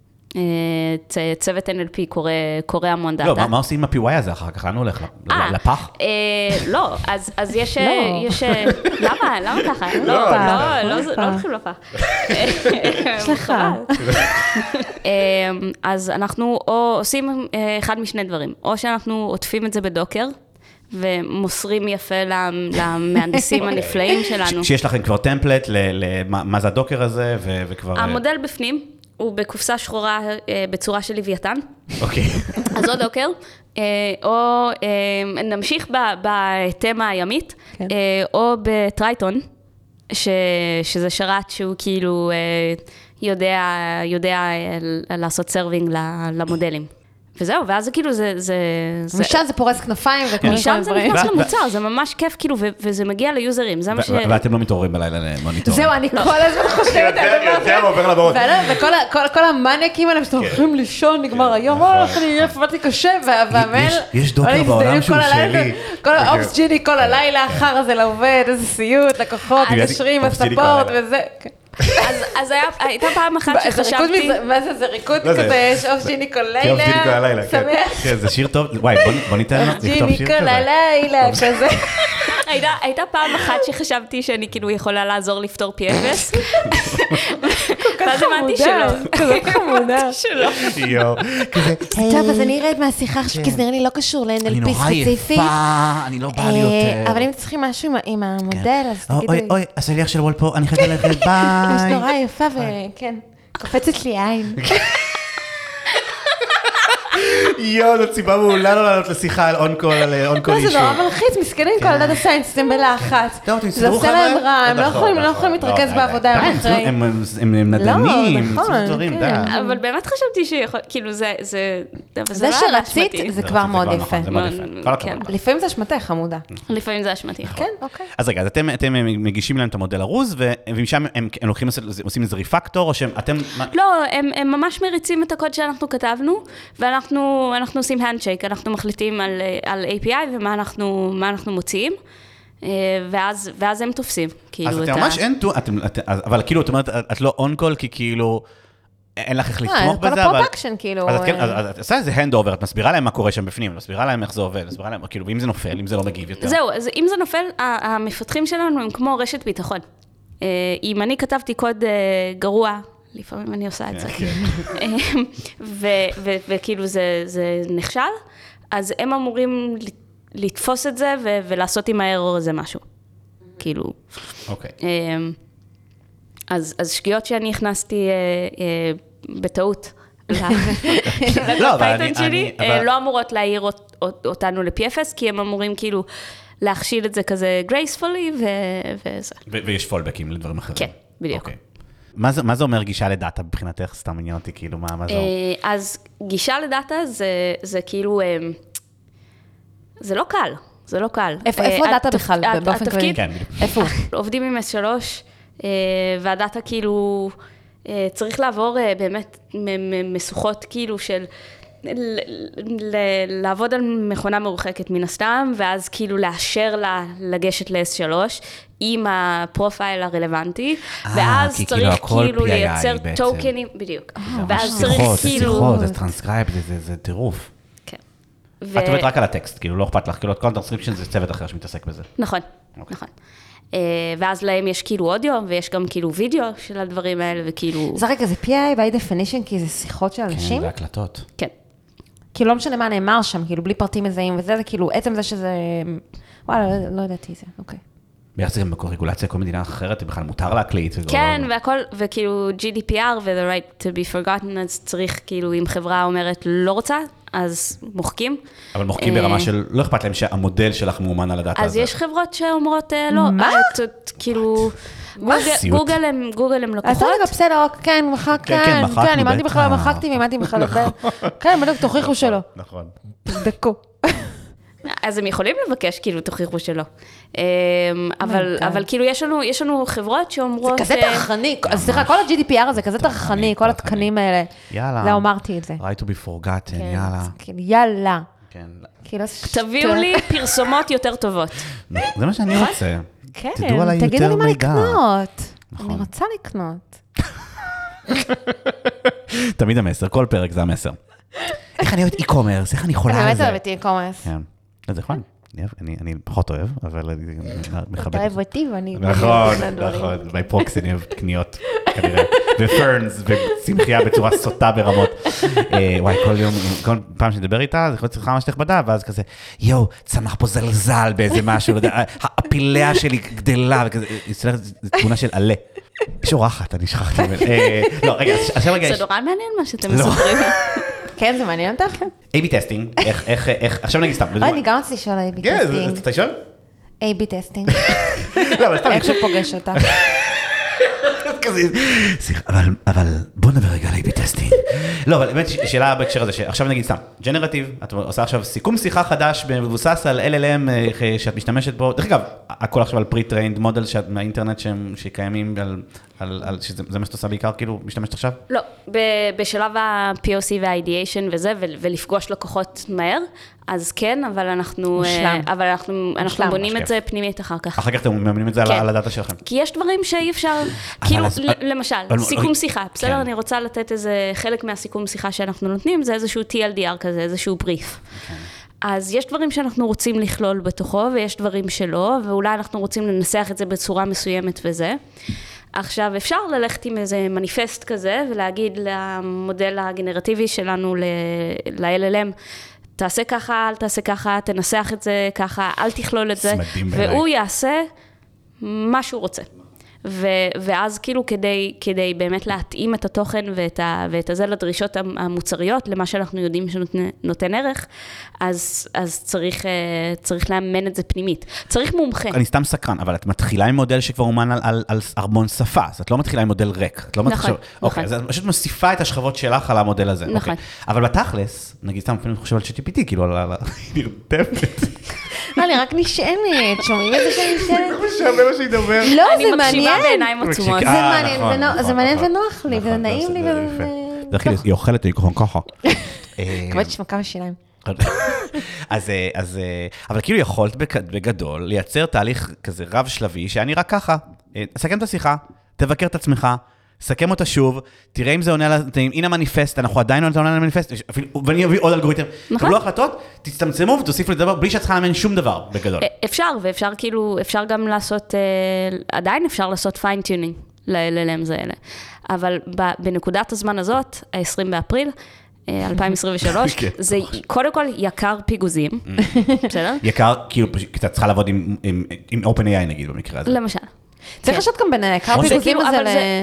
צוות אן אל פי קורא המון דאטה. לא, מה עושים עם ה-פי וואי הזה אחר כך? לאן הוא הולך? לפח? לא, אז יש... למה? למה ככה? לא, לא הולכים לפח. סליחה. אז אנחנו עושים אחד משני דברים. או שאנחנו עוטפים את זה בדוקר, ומוסרים יפה למהנדסים הנפלאים שלנו. שיש לכם כבר טמפלט למה זה הדוקר הזה, וכבר... המודל בפנים הוא בקופסה שחורה בצורה של לוויתן. אוקיי. אז או דוקר, או נמשיך בתמה הימית, או בטרייטון, שזה שרת שהוא כאילו יודע לעשות סרווינג למודלים. וזהו, ואז זה כאילו, זה... משם זה פורס כנפיים וקוראים משם זה נכנס למוצר, זה ממש כיף, כאילו, וזה מגיע ליוזרים, זה מה ש... ואתם לא מתעוררים בלילה למוניטורים. זהו, אני כל הזמן חושבת על הדבר הזה. יותר עובר לבאות. וכל המאניאקים האלה, שאתם הולכים לישון, נגמר היום, אוח, אני עבדתי קשה, והמייל... יש דוקר בעולם שהוא שלי. כל האופס ג'יני, כל הלילה, אחר הזה לעובד, איזה סיוט, לקוחות, מתקשרים, הספורט וזה... אז הייתה פעם אחת שחשבתי... מה זה, זה ריקוד כזה, שאוף ג'יני כל לילה. שאוף ג'יני כל הלילה, כן. זה שיר טוב, וואי, בוא ניתן לו, נכתוב שיר כזה. ג'יני כל הלילה, כזה. הייתה פעם אחת שחשבתי שאני כאילו יכולה לעזור לפתור פי אפס. ואז אמרתי שלא. כזאת חמודה. שלא. יואו. טוב, אז אני ארד מהשיחה עכשיו, כי זה נראה לי לא קשור ל-אן אל פי ספציפי. אני נורא יפה, אני לא בא לי יותר. אבל אם צריכים משהו עם המודל, אז תגידו. אוי, אוי, השליח של וול פה, אני חייבת ללכת, ביי. יש נורא יפה, וכן, קופצת לי עין. יואו, זו ציבה מעולה לא לעלות לשיחה על און-קול, על און-קול אישו. זה נורא מלחיץ, מסכנים כל הדאטה סיינטיסטים בלחץ. זה עושה להם רע, הם לא יכולים להתרכז בעבודה, הם אחרי. הם נדלמים, לא, נכון, כן. אבל באמת חשבתי שיכול, כאילו זה... זה שרצית, זה כבר מאוד יפה. זה מאוד יפה. לפעמים זה אשמתך, חמודה. לפעמים זה אשמתי. כן, אוקיי. אז רגע, אז אתם מגישים להם את המודל הרוז, ומשם הם הולכים, עושים איזה ריפקטור, או שהם, אתם... לא, הם ממש מריצים את הקוד שאנחנו כתבנו, ואנחנו אנחנו, אנחנו עושים handshake, אנחנו מחליטים על, על איי פי איי ומה אנחנו, מה אנחנו מוציאים, ואז, ואז הם תופסים. אז אתם ממש אין, אבל כאילו, את אומרת, את לא on call, כי כאילו, אין לך איך לתמוך בזה, אבל... כל הפרודקשן, כאילו... אז את כן, את עושה איזה handover, את מסבירה להם מה קורה שם בפנים, מסבירה להם איך זה עובד, מסבירה להם, כאילו, אם זה נופל, אם זה לא מגיב יותר. זהו, אז אם זה נופל, המפתחים שלנו הם כמו רשת ביטחון. אם אני כתבתי קוד גרוע, לפעמים אני עושה את זה, וכאילו זה נכשל, אז הם אמורים לתפוס את זה ולעשות עם הארור הזה משהו. כאילו... אוקיי. אז שגיאות שאני הכנסתי בטעות לפייתון שלי, לא אמורות להעיר אותנו ל-פי אף אס, כי הם אמורים כאילו להכשיל את זה כזה gracefully וזה. ויש פולבקים לדברים אחרים. כן, בדיוק. מה זה אומר גישה לדאטה מבחינתך? סתם עניין אותי, כאילו, מה זה אומר? אז גישה לדאטה זה כאילו, זה לא קל, זה לא קל. איפה הדאטה בכלל, באופן כללי? איפה? עובדים עם אס שלוש, והדאטה כאילו, צריך לעבור באמת משוכות כאילו של, לעבוד על מכונה מרוחקת מן הסתם, ואז כאילו לאשר לה לגשת ל-אס שלוש, עם הפרופייל הרלוונטי, ואז צריך כאילו לייצר טוקנים, בדיוק. ואז צריך כאילו... שיחות, זה טרנסקרייב, זה טירוף. כן. את עובדת רק על הטקסט, כאילו לא אכפת לך, כאילו כל טרנסקריפשן זה צוות אחר שמתעסק בזה. נכון, נכון. ואז להם יש כאילו אודיו, ויש גם כאילו וידאו של הדברים האלה, וכאילו... זה רגע, זה פי איי by definition, כי זה שיחות של אנשים? כן, והקלטות. כן. כאילו לא משנה מה נאמר שם, כאילו בלי פרטים מזהים, וזה זה כאילו, עצם זה שזה... וואלה, לא ידעתי זה, אוקיי. ביחד זה גם בכל רגולציה, כל מדינה אחרת, בכלל מותר להקליט. כן, והכל, וכאילו ג'י די פי אר ו-the right to be forgotten, אז צריך כאילו, אם חברה אומרת לא רוצה, אז מוחקים. אבל מוחקים ברמה של, לא אכפת להם שהמודל שלך מאומן על הדאטה הזה. אז יש חברות שאומרות לא, מה? כאילו, גוגל הם לקוחות. אז רגע, בסדר, כן, מחק, כן, כן, אימנתי בכלל, מחקתי ואימנתי בכלל, כן, בדיוק, תוכיחו שלא. נכון. תבדקו. אז הם יכולים לבקש, כאילו, תוכיחו שלא. אבל כאילו, יש לנו חברות שאומרות... זה כזה תרחני, אז סליחה, כל ה-ג'י די פי אר הזה כזה תרחני, כל התקנים האלה. יאללה. לא אמרתי את זה. right to be forgotten, יאללה. יאללה. תביאו לי פרסומות יותר טובות. זה מה שאני רוצה. כן, תדעו עליי יותר מידע. תגידו לי מה לקנות. אני רוצה לקנות. תמיד המסר, כל פרק זה המסר. איך אני אוהבת אי-קומרס, איך אני חולה על זה. אני באמת אוהבת אי-קומרס. כן, זה נכון. אני פחות אוהב, אבל אני מכבד. אתה אוהב אותי ואני... נכון, נכון. בי פרוקסי אני אוהב קניות, כנראה. ופרנס, וצמחייה בצורה סוטה ברמות. וואי, כל יום, כל פעם שנדבר איתה, זה יכול להיות צריכה ממש תכבדה, ואז כזה, יואו, צמח פה זלזל באיזה משהו, הפיליה שלי גדלה, וכזה, זו תמונה של עלה. יש אורחת, אני שכחתי. לא, רגע, עכשיו רגע. זה נורא מעניין מה שאתם מספרים. כן, זה מעניין אותך? איי בי טסטינג, איך, איך, איך, עכשיו נגיד סתם. אני גם רציתי לשאול איי בי טסטינג. כן, אתה שואל? איי בי טסטינג. לא, אבל סתם. איך שפוגש אותך. אבל בוא נדבר רגע על איי בי טסטינג. לא, אבל באמת שאלה בהקשר הזה, שעכשיו נגיד סתם, ג'נרטיב, את עושה עכשיו סיכום שיחה חדש, מבוסס על אל אל אם שאת משתמשת בו, דרך אגב, הכל עכשיו על פרי-טריינד מודל מהאינטרנט שקיימים, שזה מה שאת עושה בעיקר, כאילו, משתמשת עכשיו? לא, בשלב ה-פי או סי וה-אידיאשן וזה, ולפגוש לקוחות מהר, אז כן, אבל אנחנו, אבל אנחנו, אנחנו בונים את זה פנימית אחר כך. אחר כך אתם ממנים את זה על הדאטה שלכם. כי יש דברים שאי אפשר, כאילו, למשל, סיכום שיחה, בסדר, אני רוצה לתת איזה חלק מהסיכום שיחה שאנחנו נותנים, זה איזשהו טי אל די אר כזה, איזשהו בריף. אז יש דברים שאנחנו רוצים לכלול בתוכו, ויש דברים שלא, ואולי אנחנו רוצים לנסח את זה בצורה מסוימת וזה. עכשיו, אפשר ללכת עם איזה מניפסט כזה, ולהגיד למודל הגנרטיבי שלנו, ל-אל אל אם, תעשה ככה, אל תעשה ככה, תנסח את זה ככה, אל תכלול את זה, והוא יעשה מה שהוא רוצה. ואז כאילו כדי, כדי באמת להתאים את התוכן ואת, ה, ואת הזה לדרישות המוצריות, למה שאנחנו יודעים שנותן ערך, אז, אז צריך, צריך לאמן את זה פנימית. צריך מומחה. אני סתם סקרן, אבל את מתחילה עם מודל שכבר אומן על, על, על המון שפה, אז את לא מתחילה עם מודל ריק. את לא נכון, מתחילה, נכון. אוקיי, אז את פשוט מוסיפה את השכבות שלך על המודל הזה. נכון. אוקיי. אבל בתכלס, נגיד סתם, אפילו אני חושב על ג'י פי טי, כאילו על הנרטבת. אני רק נשענת, שומעים את זה שאני נשענת? אני חושב מה שהיא דבר. לא, זה מעניין. אני מקשיבה בעיניים עצומות. זה מעניין ונוח לי, וזה נעים לי. דרכי, היא אוכלת לי ככה. כמו שתשמע כמה שיניים. אז, אז, אבל כאילו יכולת בגדול לייצר תהליך כזה רב שלבי, שהיה נראה ככה, סכם את השיחה, תבקר את עצמך, סכם אותה שוב, תראה אם זה עונה לתנאים, הנה מניפסט, אנחנו עדיין עונה למניפסט, ואני אביא עוד אלגוריתם, תקבלו החלטות, תצטמצמו ותוסיפו לדבר, בלי שאת צריכה לאמן שום דבר בגדול. אפשר, ואפשר כאילו, אפשר גם לעשות, עדיין אפשר לעשות פיינטיונינג ל-אל אל אמס האלה, אבל בנקודת הזמן הזאת, ה-עשרים באפריל, אלפיים עשרים ושלוש, זה קודם כל יקר פיגוזים, בסדר? יקר, כאילו, אתה צריכה לעבוד עם OpenAI נגיד במקרה הזה. למשל. צריך לשעות גם בין יקר פיגוזים הזה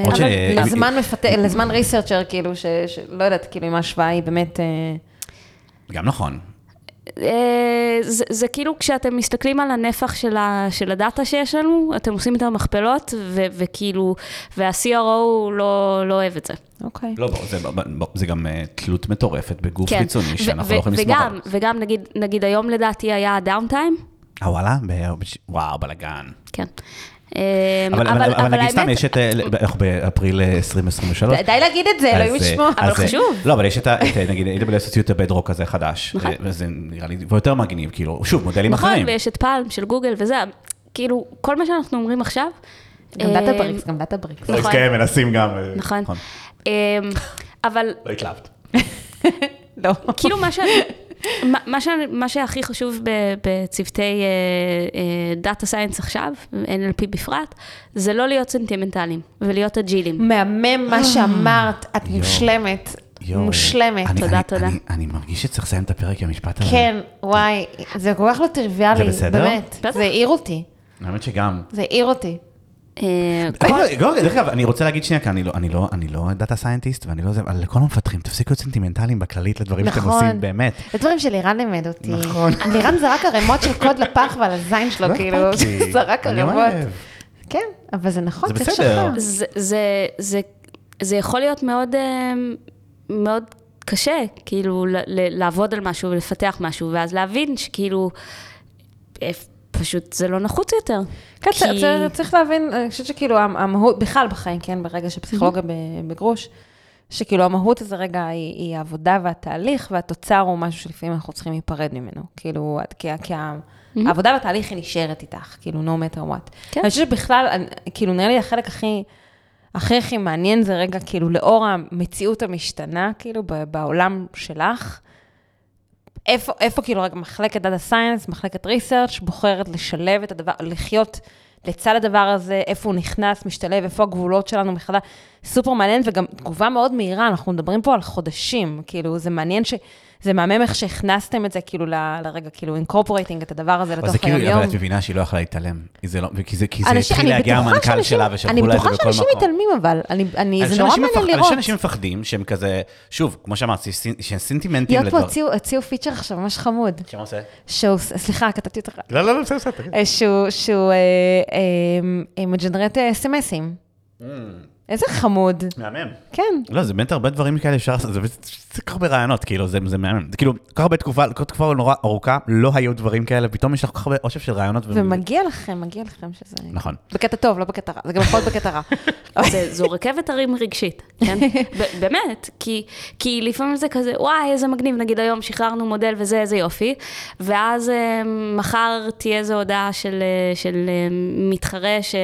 לזמן ריסרצ'ר, כאילו, שלא יודעת, כאילו, אם ההשוואה היא באמת... גם נכון. זה, זה כאילו כשאתם מסתכלים על הנפח של, ה, של הדאטה שיש לנו, אתם עושים יותר מכפלות, ו, וכאילו, וה-סי אר או לא, לא אוהב את זה. אוקיי. לא, זה, זה גם תלות מטורפת בגוף כן. חיצוני, שאנחנו ו- לא יכולים לסמוך עליו. וגם, נגיד, נגיד היום לדעתי היה דאונטיים. אה, וואלה? וואו, בלגן. כן. אבל, אבל, אבל, אבל נגיד סתם, יש את, אנחנו באפריל עשרים עשרים ושלוש. די להגיד את זה, אלוהים ישמור. אבל חשוב. לא, אבל יש את, נגיד, איי דאבליו אס הוציאו את הבדרוק הזה חדש, וזה נראה לי יותר מגניב, כאילו, שוב, מודלים אחרים. נכון, ויש את פלם של גוגל וזה, כאילו, כל מה שאנחנו אומרים עכשיו. גם דאטה בריקס, גם דאטה בריקס. נכון. כן, מנסים גם. נכון. אבל... לא התלהבת. לא. כאילו מה ש... מה, ש, מה שהכי חשוב בצוותי דאטה סיינס עכשיו, אן אל פי בפרט, זה לא להיות סנטימנטליים ולהיות אג'ילים. מהמם מה שאמרת, את מושלמת, מושלמת. תודה, תודה. אני מרגיש שצריך לסיים את הפרק במשפט הזה. כן, וואי, זה כל כך לא טריוויאלי, זה בסדר? באמת. זה העיר אותי. האמת שגם. זה העיר אותי. דרך אגב, אני רוצה להגיד שנייה, כי אני לא דאטה סיינטיסט, ואני לא זה, אבל לכל המפתחים, תפסיקו להיות סנטימנטליים בכללית לדברים שאתם עושים, באמת. זה דברים שלירן לימד אותי. נכון. לירן זרק הרמות של קוד לפח ועל הזין שלו, כאילו, זרק הרמות. כן, אבל זה נכון, זה בסדר. זה יכול להיות מאוד קשה, כאילו, לעבוד על משהו ולפתח משהו, ואז להבין שכאילו, פשוט זה לא נחוץ יותר. כן, צריך להבין, אני חושבת שכאילו המהות, בכלל בחיים, כן, ברגע שפסיכולוגיה בגרוש, שכאילו המהות הזה רגע היא העבודה והתהליך, והתוצר הוא משהו שלפעמים אנחנו צריכים להיפרד ממנו. כאילו, כי העבודה והתהליך היא נשארת איתך, כאילו, no matter what. אני חושבת שבכלל, כאילו, נראה לי החלק הכי, הכי הכי מעניין זה רגע, כאילו, לאור המציאות המשתנה, כאילו, בעולם שלך, איפה, איפה כאילו רגע מחלקת דאטה סיינס, מחלקת ריסרצ' בוחרת לשלב את הדבר, לחיות לצד הדבר הזה, איפה הוא נכנס, משתלב, איפה הגבולות שלנו מחדש, סופר מעניין וגם תגובה מאוד מהירה, אנחנו מדברים פה על חודשים, כאילו זה מעניין ש... זה מהמם איך שהכנסתם את זה, כאילו, לרגע, כאילו, incorporating את הדבר הזה לתוך היום יום. אבל את מבינה שהיא לא יכלה להתעלם. כי זה התחיל להגיע המנכ"ל שלה, ושלחו לה את זה בכל מקום. אני בטוחה שאנשים מתעלמים, אבל זה נורא מעניין לראות. אני חושב שאנשים מפחדים, שהם כזה, שוב, כמו שאמרתי, שהם סנטימנטים לדבר. להיות פה הציעו פיצ'ר עכשיו, ממש חמוד. שמה עושה? שהוא, סליחה, כתבתי אותך. לא, לא, לא, בסדר, בסדר. שהוא מג'נרט אס-אם-אסים. איזה חמוד. מהמם. כן. לא, זה באמת הרבה דברים כאלה אפשר לעשות, זה כל כך הרבה רעיונות, כאילו, זה מהמם. זה כאילו, כל כך הרבה תקופה, כל תקופה נורא ארוכה, לא היו דברים כאלה, פתאום יש לך כל כך הרבה אושף של רעיונות. ומגיע לכם, מגיע לכם שזה... נכון. בקטע טוב, לא בקטע רע, זה גם יכול להיות בקטע רע. זו רכבת הרים רגשית, כן? באמת, כי לפעמים זה כזה, וואי, איזה מגניב, נגיד היום שחררנו מודל וזה, איזה יופי, ואז מחר תהיה איזו הודעה של מתחרה ש...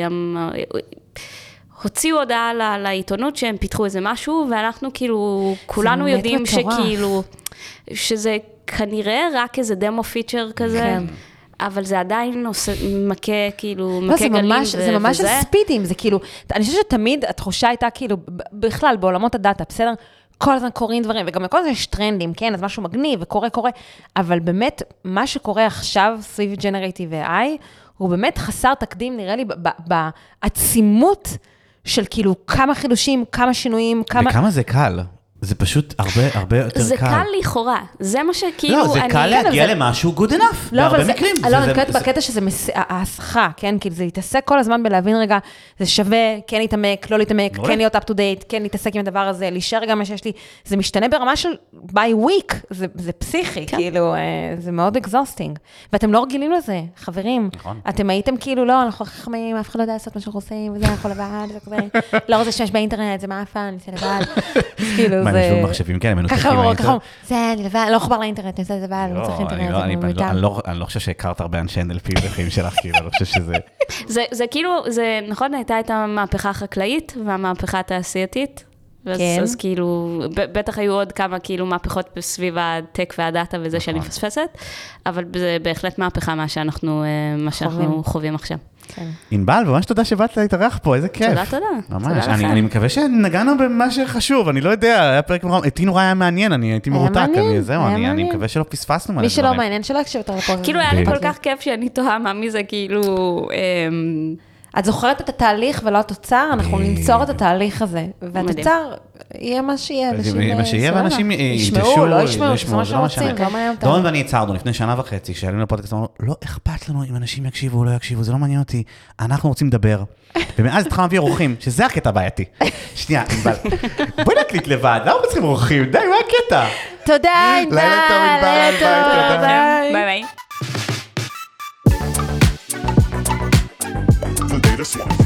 הוציאו הודעה לעיתונות שהם פיתחו איזה משהו, ואנחנו כאילו, כולנו יודעים שכאילו, שזה כנראה רק איזה דמו פיצ'ר כזה, אבל זה עדיין מכה, כאילו, מכה גלים וזה. זה ממש ספידים, זה כאילו, אני חושבת שתמיד התחושה הייתה כאילו, בכלל, בעולמות הדאטה, בסדר? כל הזמן קוראים דברים, וגם לכל זה יש טרנדים, כן? אז משהו מגניב וקורה, קורה, אבל באמת, מה שקורה עכשיו, סביב ג'נרטיב איי, הוא באמת חסר תקדים, נראה לי, בעצימות, של כאילו כמה חידושים, כמה שינויים, כמה... וכמה זה קל. זה פשוט הרבה, הרבה יותר קל. זה קל לכאורה. זה מה שכאילו... לא, זה קל להגיע למשהו good enough, בהרבה מקרים. לא, אני קוראת בקטע שזה ההסחה, כן? כי זה יתעסק כל הזמן בלהבין רגע, זה שווה, כן להתעמק, לא להתעמק, כן להיות up to date, כן להתעסק עם הדבר הזה, להישאר גם מה שיש לי. זה משתנה ברמה של by week, זה פסיכי, כאילו, זה מאוד exhausting. ואתם לא רגילים לזה, חברים. אתם הייתם כאילו, לא, אנחנו חכמים, אף אחד לא יודע לעשות מה שאנחנו עושים, וזה יכול לבד, לא רוצה שיש באינטרנט, זה מאפן, זה לבד. כאילו, מה, יש לנו מחשבים כאלה, מנותקים מהאינטרנט. ככה, זה, אני לבד, לא חובר לאינטרנט, אני עושה את זה לבד, אני צריך אינטרנט. אני לא חושב שהכרת הרבה אנשי אן אל פי בחיים שלך, כאילו, אני חושב שזה... זה כאילו, זה נכון, הייתה את המהפכה החקלאית והמהפכה התעשייתית, אז כאילו, בטח היו עוד כמה כאילו מהפכות בסביב הטק והדאטה וזה שאני מפספסת, אבל זה בהחלט מהפכה מה שאנחנו חווים עכשיו. ענבל, ממש תודה שבאת להתארח פה, איזה כיף. תודה, תודה. ממש, אני מקווה שנגענו במה שחשוב, אני לא יודע, היה פרק נורא, אותי נורא היה מעניין, אני הייתי מרותק, זהו, אני מקווה שלא פספסנו מלא דברים. מי שלא מעניין, שלא יקשיב יותר לפרק. כאילו היה לי כל כך כיף שאני תוהה מה מי זה כאילו... את זוכרת את התהליך ולא התוצר, אנחנו נמצור את התהליך הזה, והתוצר יהיה מה שיהיה. מה שיהיה, ואנשים ישמעו, לא ישמעו, זה מה שרוצים, לא מעניין אותם. דורון ואני הצהרנו לפני שנה וחצי, כשעלינו לפודקאסט, אמרנו, לא אכפת לנו אם אנשים יקשיבו או לא יקשיבו, זה לא מעניין אותי, אנחנו רוצים לדבר. ומאז התחלנו להביא אורחים, שזה הקטע הבעייתי. שנייה, ענבל, בואי נקליט לבד, למה צריכים אורחים? די, מה הקטע? תודה, ענבל. לילה טוב, ענבל, ביי. ביי ביי.